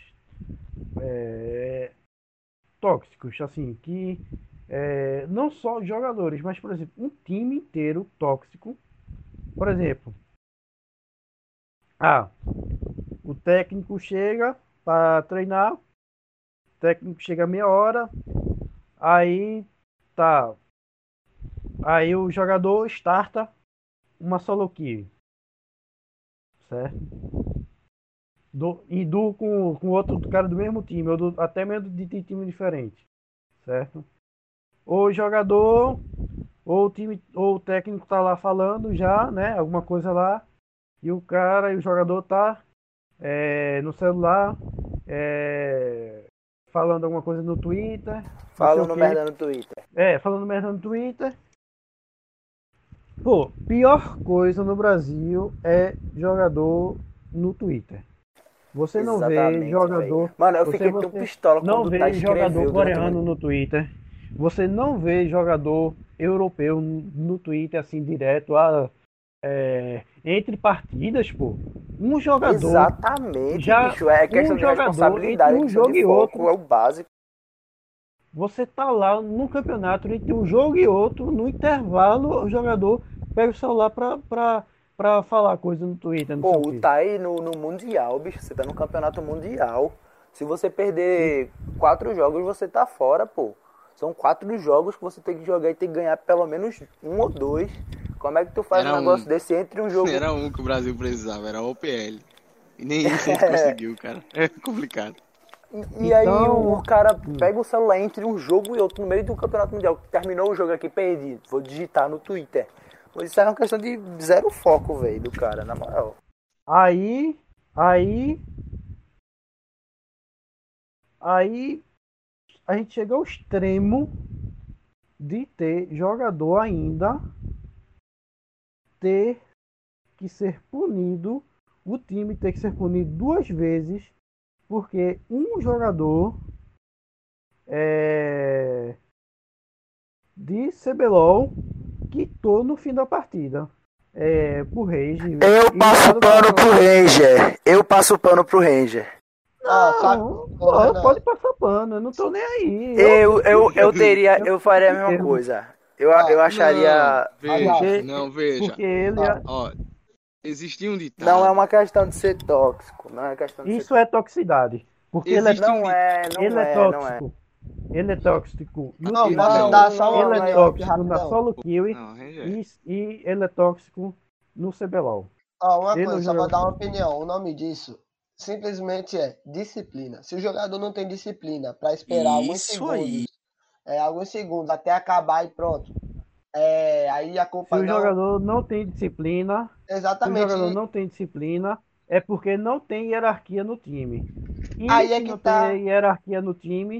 Speaker 3: tóxicos, assim, que não só jogadores, mas, por exemplo, um time inteiro tóxico. Por exemplo, o técnico chega para treinar, o técnico chega meia hora, aí tá. Aí o jogador starta uma solo kill, certo? Com outro cara do mesmo time, ou até mesmo de time diferente, certo? Ou o jogador, ou o time, ou o técnico tá lá falando já, né? Alguma coisa lá, e o jogador tá no celular, falando alguma coisa no Twitter, não sei o
Speaker 1: Falando
Speaker 3: que.
Speaker 1: merda no Twitter.
Speaker 3: Falando merda no Twitter. Pô, pior coisa no Brasil é jogador no Twitter. Você não vê
Speaker 1: Exatamente, velho.
Speaker 3: jogador.
Speaker 1: Mano, eu
Speaker 3: Você,
Speaker 1: fiquei tão
Speaker 3: você
Speaker 1: pistola
Speaker 3: não
Speaker 1: quando tá
Speaker 3: vê jogador
Speaker 1: escreveu durante
Speaker 3: coreano no Twitter. Você não vê jogador europeu no Twitter assim direto. Entre partidas, pô. Um jogador.
Speaker 1: Exatamente,
Speaker 3: Já
Speaker 1: bicho. É
Speaker 3: um
Speaker 1: questão de
Speaker 3: jogador entre
Speaker 1: responsabilidade, é
Speaker 3: um
Speaker 1: questão de
Speaker 3: jogo e
Speaker 1: foco,
Speaker 3: outro.
Speaker 1: é o básico.
Speaker 3: Você tá lá no campeonato entre um jogo e outro, no intervalo, o jogador pega o celular pra falar coisa no Twitter, não sei o
Speaker 1: Pô,
Speaker 3: quê.
Speaker 1: tá aí no Mundial, bicho. Você tá no campeonato mundial. Se você perder 4 jogos, você tá fora, pô. São 4 jogos que você tem que jogar e tem que ganhar pelo menos 1 ou 2. Como é que tu faz um negócio desse entre um jogo?
Speaker 2: Era um que o Brasil precisava, era o OPL. E nem isso a gente conseguiu, cara. É complicado.
Speaker 1: E aí
Speaker 3: Então,
Speaker 1: o cara pega o celular entre um jogo e outro no meio do campeonato mundial. Terminou o jogo aqui, perdi. Vou digitar no Twitter. Mas isso é uma questão de zero foco, velho, do cara, na moral.
Speaker 3: aí a gente chega ao extremo de ter jogador ainda ter que ser punido, o time ter que ser punido 2 vezes, porque um jogador de CBLOL quitou no fim da partida. Pro Rage.
Speaker 1: Eu passo pano pro Ranger. Eu passo pano pro Ranger.
Speaker 3: Pode passar pano, eu não tô nem aí.
Speaker 1: Eu faria a mesma coisa. Eu acharia.
Speaker 2: Veja.
Speaker 3: Porque ele
Speaker 2: existia um ditado.
Speaker 1: Não é uma questão de ser tóxico.
Speaker 3: Isso é toxicidade. Porque ele é tóxico. Ele é tóxico.
Speaker 4: Não, posso dar só uma
Speaker 3: ele é
Speaker 4: opinião aqui
Speaker 3: tóxico na
Speaker 4: rapidão.
Speaker 3: solo kill e ele é tóxico no CBLOL.
Speaker 4: Uma coisa, só pra dar uma opinião. O nome disso simplesmente é disciplina. Se o jogador não tem disciplina pra esperar alguns segundos até acabar e pronto. Aí a culpa
Speaker 3: Se o jogador não tem disciplina,
Speaker 4: exatamente.
Speaker 3: Se o jogador não tem disciplina, é porque não tem hierarquia no time. E
Speaker 4: aí
Speaker 3: se não tem hierarquia no time,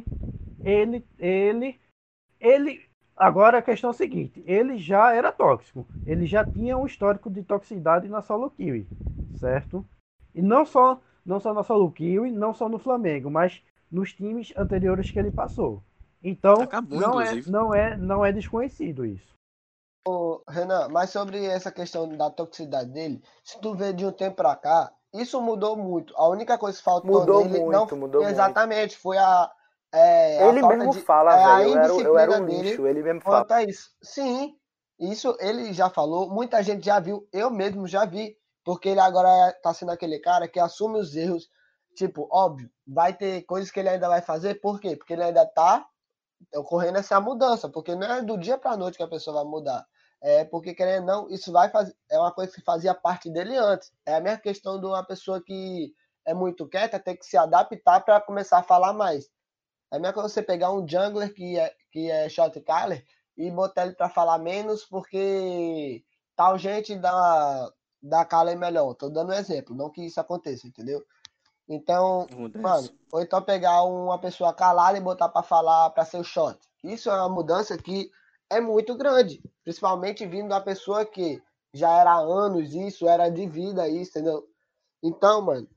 Speaker 3: ele. Agora a questão é a seguinte: ele já era tóxico. Ele já tinha um histórico de toxicidade na solo kill, certo? E não só na solo kill, não só no Flamengo, mas nos times anteriores que ele passou. Então, não é desconhecido isso.
Speaker 4: Renan, mas sobre essa questão da toxicidade dele, se tu vê de um tempo pra cá, isso mudou muito. A única coisa que faltou nele
Speaker 1: mudou
Speaker 4: exatamente, foi
Speaker 1: ele mesmo fala, velho, eu era um
Speaker 4: dele
Speaker 1: lixo, ele mesmo fala.
Speaker 4: Isso. Sim, isso ele já falou, muita gente já viu, eu mesmo já vi, porque ele agora tá sendo aquele cara que assume os erros. Tipo, óbvio, vai ter coisas que ele ainda vai fazer, por quê? Porque ele ainda tá ocorrendo essa mudança, porque não é do dia pra noite que a pessoa vai mudar. Porque, querendo ou não, isso vai fazer. É uma coisa que fazia parte dele antes. É a mesma questão de uma pessoa que é muito quieta ter que se adaptar para começar a falar mais. É a mesma coisa você pegar um jungler que é shot caller e botar ele para falar menos porque tal gente da caller melhor. Tô dando um exemplo, não que isso aconteça, entendeu? Então, mano, ou então pegar uma pessoa calada e botar para falar, para ser o shot. Isso é uma mudança que é muito grande, principalmente vindo da pessoa que já era há anos isso, era de vida isso, entendeu? Então, mano,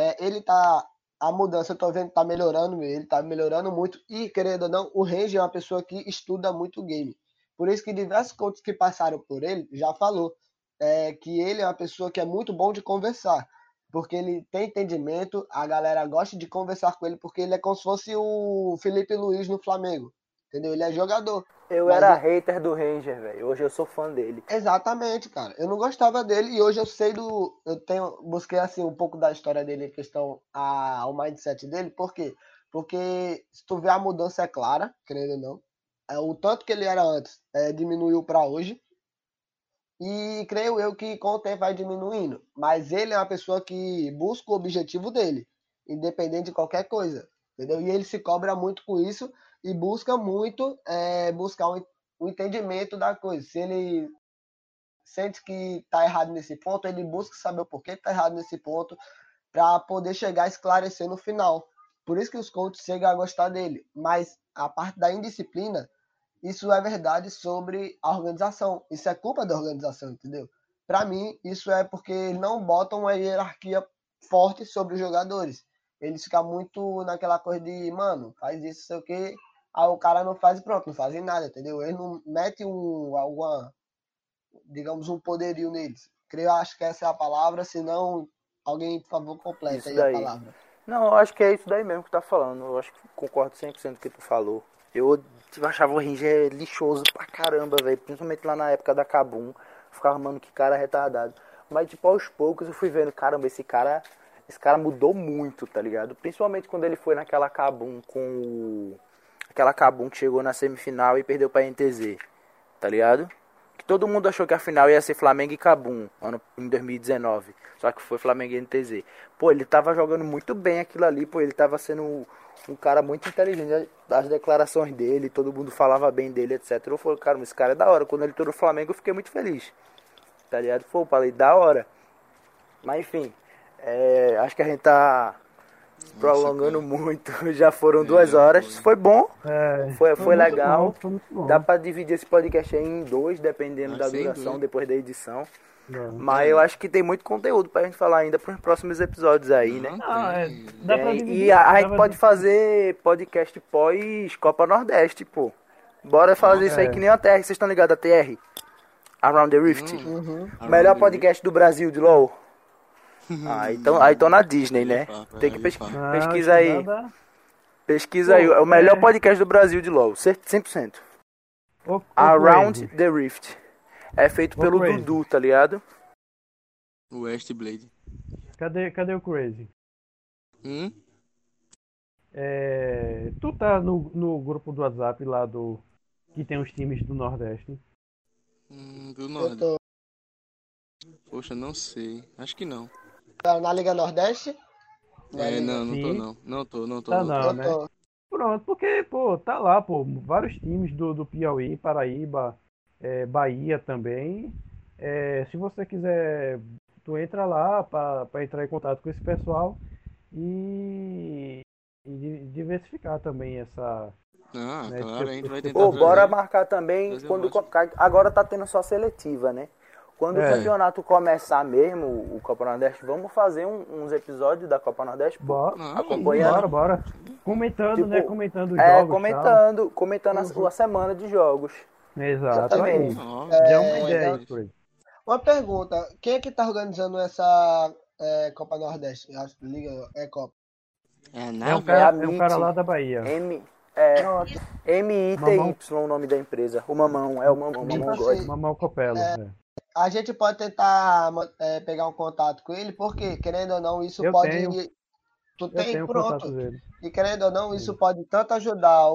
Speaker 4: a mudança eu tô vendo que tá melhorando, ele tá melhorando muito, e querendo ou não, o Ranger é uma pessoa que estuda muito game. Por isso que diversos coaches que passaram por ele já falou que ele é uma pessoa que é muito bom de conversar, porque ele tem entendimento, a galera gosta de conversar com ele, porque ele é como se fosse o Felipe Luiz no Flamengo. Entendeu? Ele é jogador.
Speaker 1: Eu era hater do Ranger, velho. Hoje eu sou fã dele.
Speaker 4: Exatamente, cara. Eu não gostava dele e hoje eu sei busquei assim um pouco da história dele em questão ao mindset dele. Por quê? Porque se tu vê a mudança é clara, querendo ou não. O tanto que ele era antes diminuiu para hoje. E creio eu que com o tempo vai diminuindo. Mas ele é uma pessoa que busca o objetivo dele, independente de qualquer coisa. Entendeu? E ele se cobra muito com isso e busca muito buscar um entendimento da coisa. Se ele sente que está errado nesse ponto, ele busca saber o porquê está errado nesse ponto para poder chegar a esclarecer no final. Por isso que os coaches chegam a gostar dele. Mas a parte da indisciplina, isso é verdade sobre a organização. Isso é culpa da organização, entendeu? Para mim, isso é porque eles não botam uma hierarquia forte sobre os jogadores. Eles ficam muito naquela coisa de, mano, faz isso, sei o quê. Aí o cara não faz e pronto, não fazem nada, entendeu? Eles não metem digamos, um poderio neles. Acho que essa é a palavra, senão alguém, por favor, completa aí a palavra.
Speaker 1: Não, eu acho que é isso daí mesmo que tu tá falando. Eu acho que concordo 100% com o que tu falou. Eu achava o Ranger lixoso pra caramba, velho. Principalmente lá na época da Kabum. Ficava, mano, que cara retardado. Mas, tipo, aos poucos eu fui vendo, caramba, esse cara mudou muito, tá ligado? Principalmente quando ele foi naquela Kabum aquela Kabum que chegou na semifinal e perdeu pra NTZ, tá ligado? Que todo mundo achou que a final ia ser Flamengo e Kabum em 2019. Só que foi Flamengo e NTZ. Pô, ele tava jogando muito bem aquilo ali, pô, ele tava sendo um cara muito inteligente. As declarações dele, todo mundo falava bem dele, etc. Eu falei, cara, esse cara é da hora. Quando ele entrou no Flamengo, eu fiquei muito feliz. Tá ligado? Pô, falei, da hora. Mas enfim, acho que a gente tá prolongando muito. Já foram 2 horas. Foi bom, foi
Speaker 3: muito
Speaker 1: legal.
Speaker 3: bom, foi muito bom.
Speaker 1: Dá pra dividir esse podcast aí em 2, dependendo da
Speaker 2: sem
Speaker 1: duração,
Speaker 2: dúvida.
Speaker 1: depois da edição.
Speaker 3: Não.
Speaker 1: Mas eu acho que tem muito conteúdo pra gente falar ainda pros próximos episódios aí, né?
Speaker 3: Dá pra
Speaker 1: É,
Speaker 3: dividir,
Speaker 1: e a
Speaker 3: dá
Speaker 1: gente
Speaker 3: pra
Speaker 1: pode
Speaker 3: dividir.
Speaker 1: fazer podcast pós Copa Nordeste, pô. Bora fazer isso aí que nem a TR. Vocês estão ligados a TR? Around the Rift? Melhor podcast do Brasil de LoL. Aí tô na Disney, né? Tem que
Speaker 3: Não,
Speaker 1: pesquisa aí.
Speaker 3: nada.
Speaker 1: Pesquisa aí. É o melhor podcast do Brasil de LoL. 100%.
Speaker 3: Ô,
Speaker 1: Around
Speaker 3: Crazy,
Speaker 1: the Rift. É feito
Speaker 3: Ô,
Speaker 1: pelo
Speaker 3: Crazy.
Speaker 1: Dudu, tá ligado?
Speaker 2: O Westblade.
Speaker 3: Cadê o Crazy?
Speaker 2: Hum?
Speaker 3: Tu tá no grupo do WhatsApp lá que tem os times do Nordeste.
Speaker 2: Do
Speaker 4: Eu
Speaker 2: Nordeste.
Speaker 4: tô
Speaker 2: Poxa, não sei. Acho que não.
Speaker 4: na Liga Nordeste.
Speaker 2: Não tô
Speaker 3: Sim.
Speaker 2: não. Não tô.
Speaker 3: Tá não,
Speaker 4: Eu
Speaker 3: né?
Speaker 4: tô.
Speaker 3: Pronto, porque, pô, tá lá, pô, vários times do Piauí, Paraíba, Bahia também. Se você quiser, tu entra lá pra entrar em contato com esse pessoal e diversificar também essa.
Speaker 2: Ah,
Speaker 3: Né,
Speaker 2: claro, a gente vai tentar
Speaker 1: Pô, bora
Speaker 2: trazer.
Speaker 1: marcar também
Speaker 2: Trazer
Speaker 1: quando
Speaker 2: mais.
Speaker 1: agora tá tendo só seletiva, né? Quando o campeonato começar mesmo, o Copa Nordeste, vamos fazer uns episódios da Copa Nordeste, pô.
Speaker 3: Bora,
Speaker 2: Não,
Speaker 1: acompanhando.
Speaker 3: bora. Comentando,
Speaker 1: Tipo,
Speaker 3: né? Comentando os jogos.
Speaker 1: comentando a semana de jogos.
Speaker 3: Tal. Exato, aí.
Speaker 2: Nossa,
Speaker 3: Já é uma ideia aí,
Speaker 2: mas-
Speaker 3: Crazy.
Speaker 4: Uma pergunta. Quem é que tá organizando essa Copa Nordeste? Liga Copa.
Speaker 2: É a
Speaker 3: É
Speaker 2: nave?
Speaker 3: um cara
Speaker 1: Meet.
Speaker 3: lá da Bahia.
Speaker 4: Pronto.
Speaker 1: MITY, o nome da empresa. O Mamão, é o Mamão, o
Speaker 4: Tipo
Speaker 1: Mamão
Speaker 4: assim,
Speaker 1: God.
Speaker 3: Mamão Copelo.
Speaker 4: A gente pode tentar pegar um contato com ele, porque, querendo ou não, isso
Speaker 3: Eu
Speaker 4: pode.
Speaker 3: tenho.
Speaker 4: Tu
Speaker 3: Eu
Speaker 4: tem,
Speaker 3: tenho o
Speaker 4: pronto.
Speaker 3: contato dele.
Speaker 4: E querendo ou não, isso pode tanto ajudar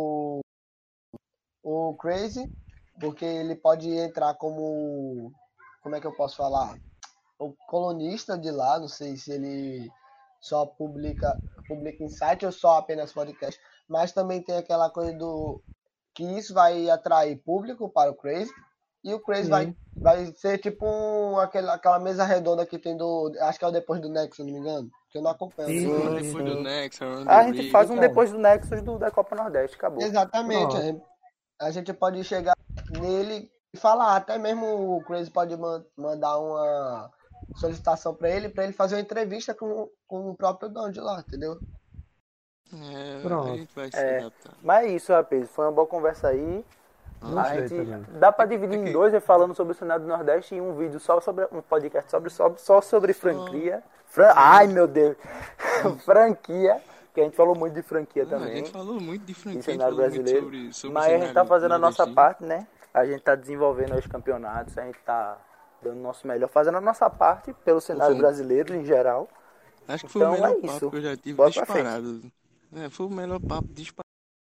Speaker 4: o Crazy, porque ele pode entrar como. Como é que eu posso falar? O colunista de lá, não sei se ele só publica em site ou só apenas podcast, mas também tem aquela coisa do que isso vai atrair público para o Crazy, e o Crazy
Speaker 3: Sim.
Speaker 4: vai ser tipo aquela mesa redonda que tem acho que é o depois do Nexus, se não me engano, que eu não acompanho.
Speaker 3: Sim,
Speaker 2: Não,
Speaker 3: sim,
Speaker 2: depois
Speaker 3: sim.
Speaker 2: do Next, Around
Speaker 1: A
Speaker 2: the
Speaker 1: gente
Speaker 2: Ring.
Speaker 1: faz um
Speaker 4: Então.
Speaker 1: depois do Nexus da Copa Nordeste, acabou.
Speaker 4: Exatamente.
Speaker 3: Pronto.
Speaker 4: A gente pode chegar nele e falar, até mesmo o Crazy pode mandar uma solicitação para ele fazer uma entrevista com o próprio dono de lá, entendeu?
Speaker 2: A
Speaker 3: Pronto.
Speaker 2: gente vai se adaptar.
Speaker 1: Mas é isso, rapaz. Foi uma boa conversa aí. A
Speaker 3: Gostei
Speaker 1: gente
Speaker 3: também.
Speaker 1: dá pra dividir em 2, falando sobre o cenário do Nordeste, e um vídeo só sobre um podcast só sobre franquia. Ai, meu Deus. Franquia. Que a gente falou muito de franquia
Speaker 2: A
Speaker 1: também.
Speaker 2: gente falou muito de
Speaker 1: E
Speaker 2: franquia, a gente
Speaker 1: cenário
Speaker 2: falou muito
Speaker 1: brasileiro.
Speaker 2: sobre
Speaker 1: Mas
Speaker 2: o
Speaker 1: a gente tá
Speaker 2: cenário
Speaker 1: fazendo a nossa
Speaker 2: nordestino.
Speaker 1: parte, né? A gente tá desenvolvendo os campeonatos, a gente tá dando o nosso melhor, fazendo a nossa parte pelo cenário
Speaker 2: Foi.
Speaker 1: brasileiro em geral.
Speaker 2: Acho que foi
Speaker 1: Então
Speaker 2: o melhor
Speaker 1: é
Speaker 2: papo
Speaker 1: isso.
Speaker 2: que eu já tive
Speaker 1: Bora pra
Speaker 2: disparado. Foi o melhor papo disparado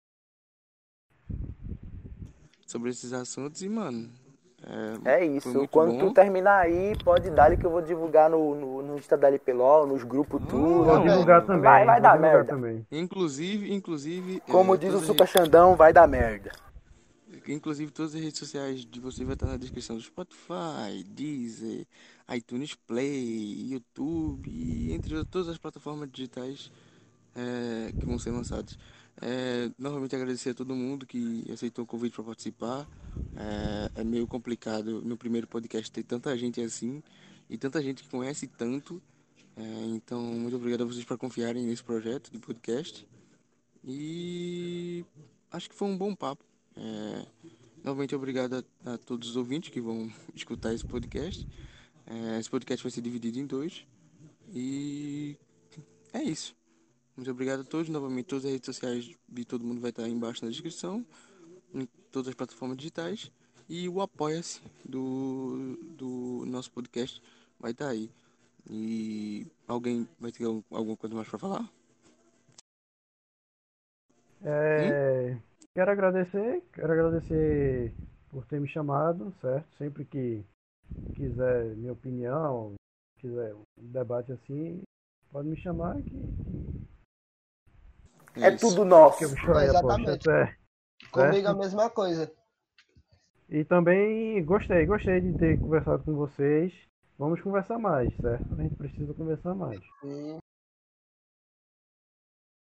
Speaker 2: sobre esses assuntos e, mano.
Speaker 1: É
Speaker 2: Foi
Speaker 1: isso.
Speaker 2: muito
Speaker 1: Quando
Speaker 2: bom.
Speaker 1: tu terminar aí, pode dar que eu vou divulgar no Insta da LPLO, nos grupos tudo.
Speaker 3: Vou
Speaker 2: Não,
Speaker 3: divulgar também.
Speaker 1: Vai
Speaker 3: vou
Speaker 1: dar
Speaker 3: divulgar
Speaker 1: merda.
Speaker 3: também.
Speaker 2: Inclusive.
Speaker 1: Como diz o
Speaker 2: todas as
Speaker 1: Super Xandão, vai dar merda.
Speaker 2: Inclusive, todas as redes sociais de vocês vai estar na descrição do Spotify, Deezer, iTunes Play, YouTube, e entre todas as plataformas digitais que vão ser lançadas. Novamente agradecer a todo mundo que aceitou o convite para participar. É meio complicado no primeiro podcast ter tanta gente assim e tanta gente que conhece tanto. Então, muito obrigado a vocês por confiarem nesse projeto de podcast. E acho que foi um bom papo. Novamente obrigado a todos os ouvintes que vão escutar esse podcast. Esse podcast vai ser dividido em 2. E é isso. Muito obrigado a todos. Novamente, todas as redes sociais de todo mundo vai estar aí embaixo na descrição. Em todas as plataformas digitais. E o Apoia-se do nosso podcast vai estar aí. E alguém vai ter alguma coisa mais para falar?
Speaker 3: Quero agradecer por ter me chamado, certo? Sempre que quiser minha opinião, quiser um debate assim, pode me chamar que
Speaker 1: É
Speaker 2: isso.
Speaker 1: tudo nosso.
Speaker 3: eu chorei a posta.
Speaker 4: Exatamente. Comigo a mesma coisa.
Speaker 3: E também gostei de ter conversado com vocês. Vamos conversar mais, certo? A gente precisa conversar mais.
Speaker 4: E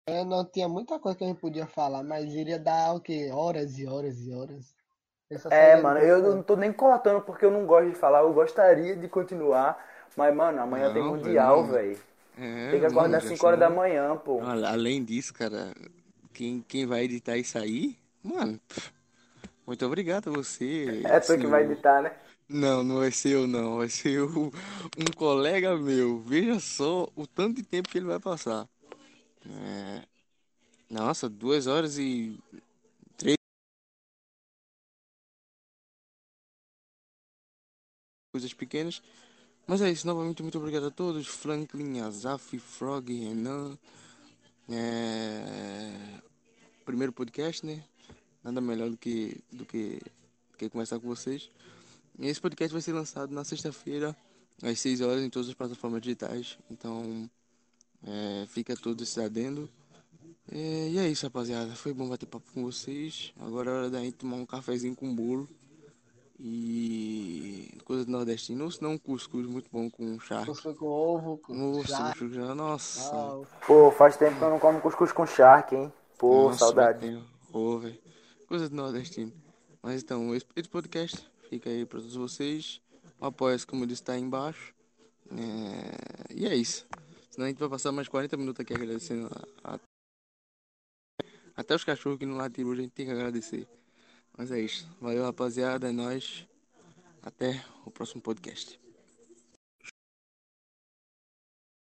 Speaker 4: Não tinha muita coisa que a gente podia falar, mas iria dar o quê? Horas e horas e horas. Eu só
Speaker 1: É,
Speaker 4: sairia do
Speaker 1: mano,
Speaker 4: tempo
Speaker 1: eu não
Speaker 4: mesmo.
Speaker 1: tô nem cortando porque eu não gosto de falar. Eu gostaria de continuar, mas, mano, amanhã tem
Speaker 2: Não, velho,
Speaker 1: mundial,
Speaker 2: não.
Speaker 1: velho. Tem
Speaker 2: É,
Speaker 1: que
Speaker 2: mano,
Speaker 1: acordar
Speaker 2: já
Speaker 1: 5 horas da
Speaker 2: são.
Speaker 1: manhã, pô.
Speaker 2: Além disso, cara, quem vai editar isso aí, mano, muito obrigado a você,
Speaker 1: É tu que vai
Speaker 2: senhor.
Speaker 1: editar, né?
Speaker 2: Não, não vai ser eu, não. Vai ser um colega meu. Veja só o tanto de tempo que ele vai passar. É, nossa, 2 horas e 3 coisas pequenas. Mas é isso, novamente, muito obrigado a todos. Franklin, Azaf, Frog, Renan. É, primeiro podcast, né? Nada melhor do que conversar com vocês. E esse podcast vai ser lançado na sexta-feira, às 6 horas, em todas as plataformas digitais. Então, fica todo esse adendo. E é isso, rapaziada. Foi bom bater papo com vocês. Agora é hora da gente tomar um cafezinho com bolo. E coisa do nordestino. Ou se não, um cuscuz muito bom com charque.
Speaker 4: Cuscuz com ovo, com
Speaker 2: Nossa,
Speaker 4: chá,
Speaker 2: cuscuz, nossa.
Speaker 4: tal.
Speaker 1: Pô, faz tempo que eu não como cuscuz com charque, hein? Pô,
Speaker 2: Nossa, vai
Speaker 1: saudade.
Speaker 2: ter. Ô, velho. Coisa do nordestino. Mas então, esse podcast fica aí pra todos vocês. O apoia-se, como eu disse, tá aí embaixo. E é isso. Senão a gente vai passar mais 40 minutos aqui agradecendo até os cachorros que não latiram hoje, a gente tem que agradecer. Mas é isso. Valeu, rapaziada. É nóis. Até o próximo podcast.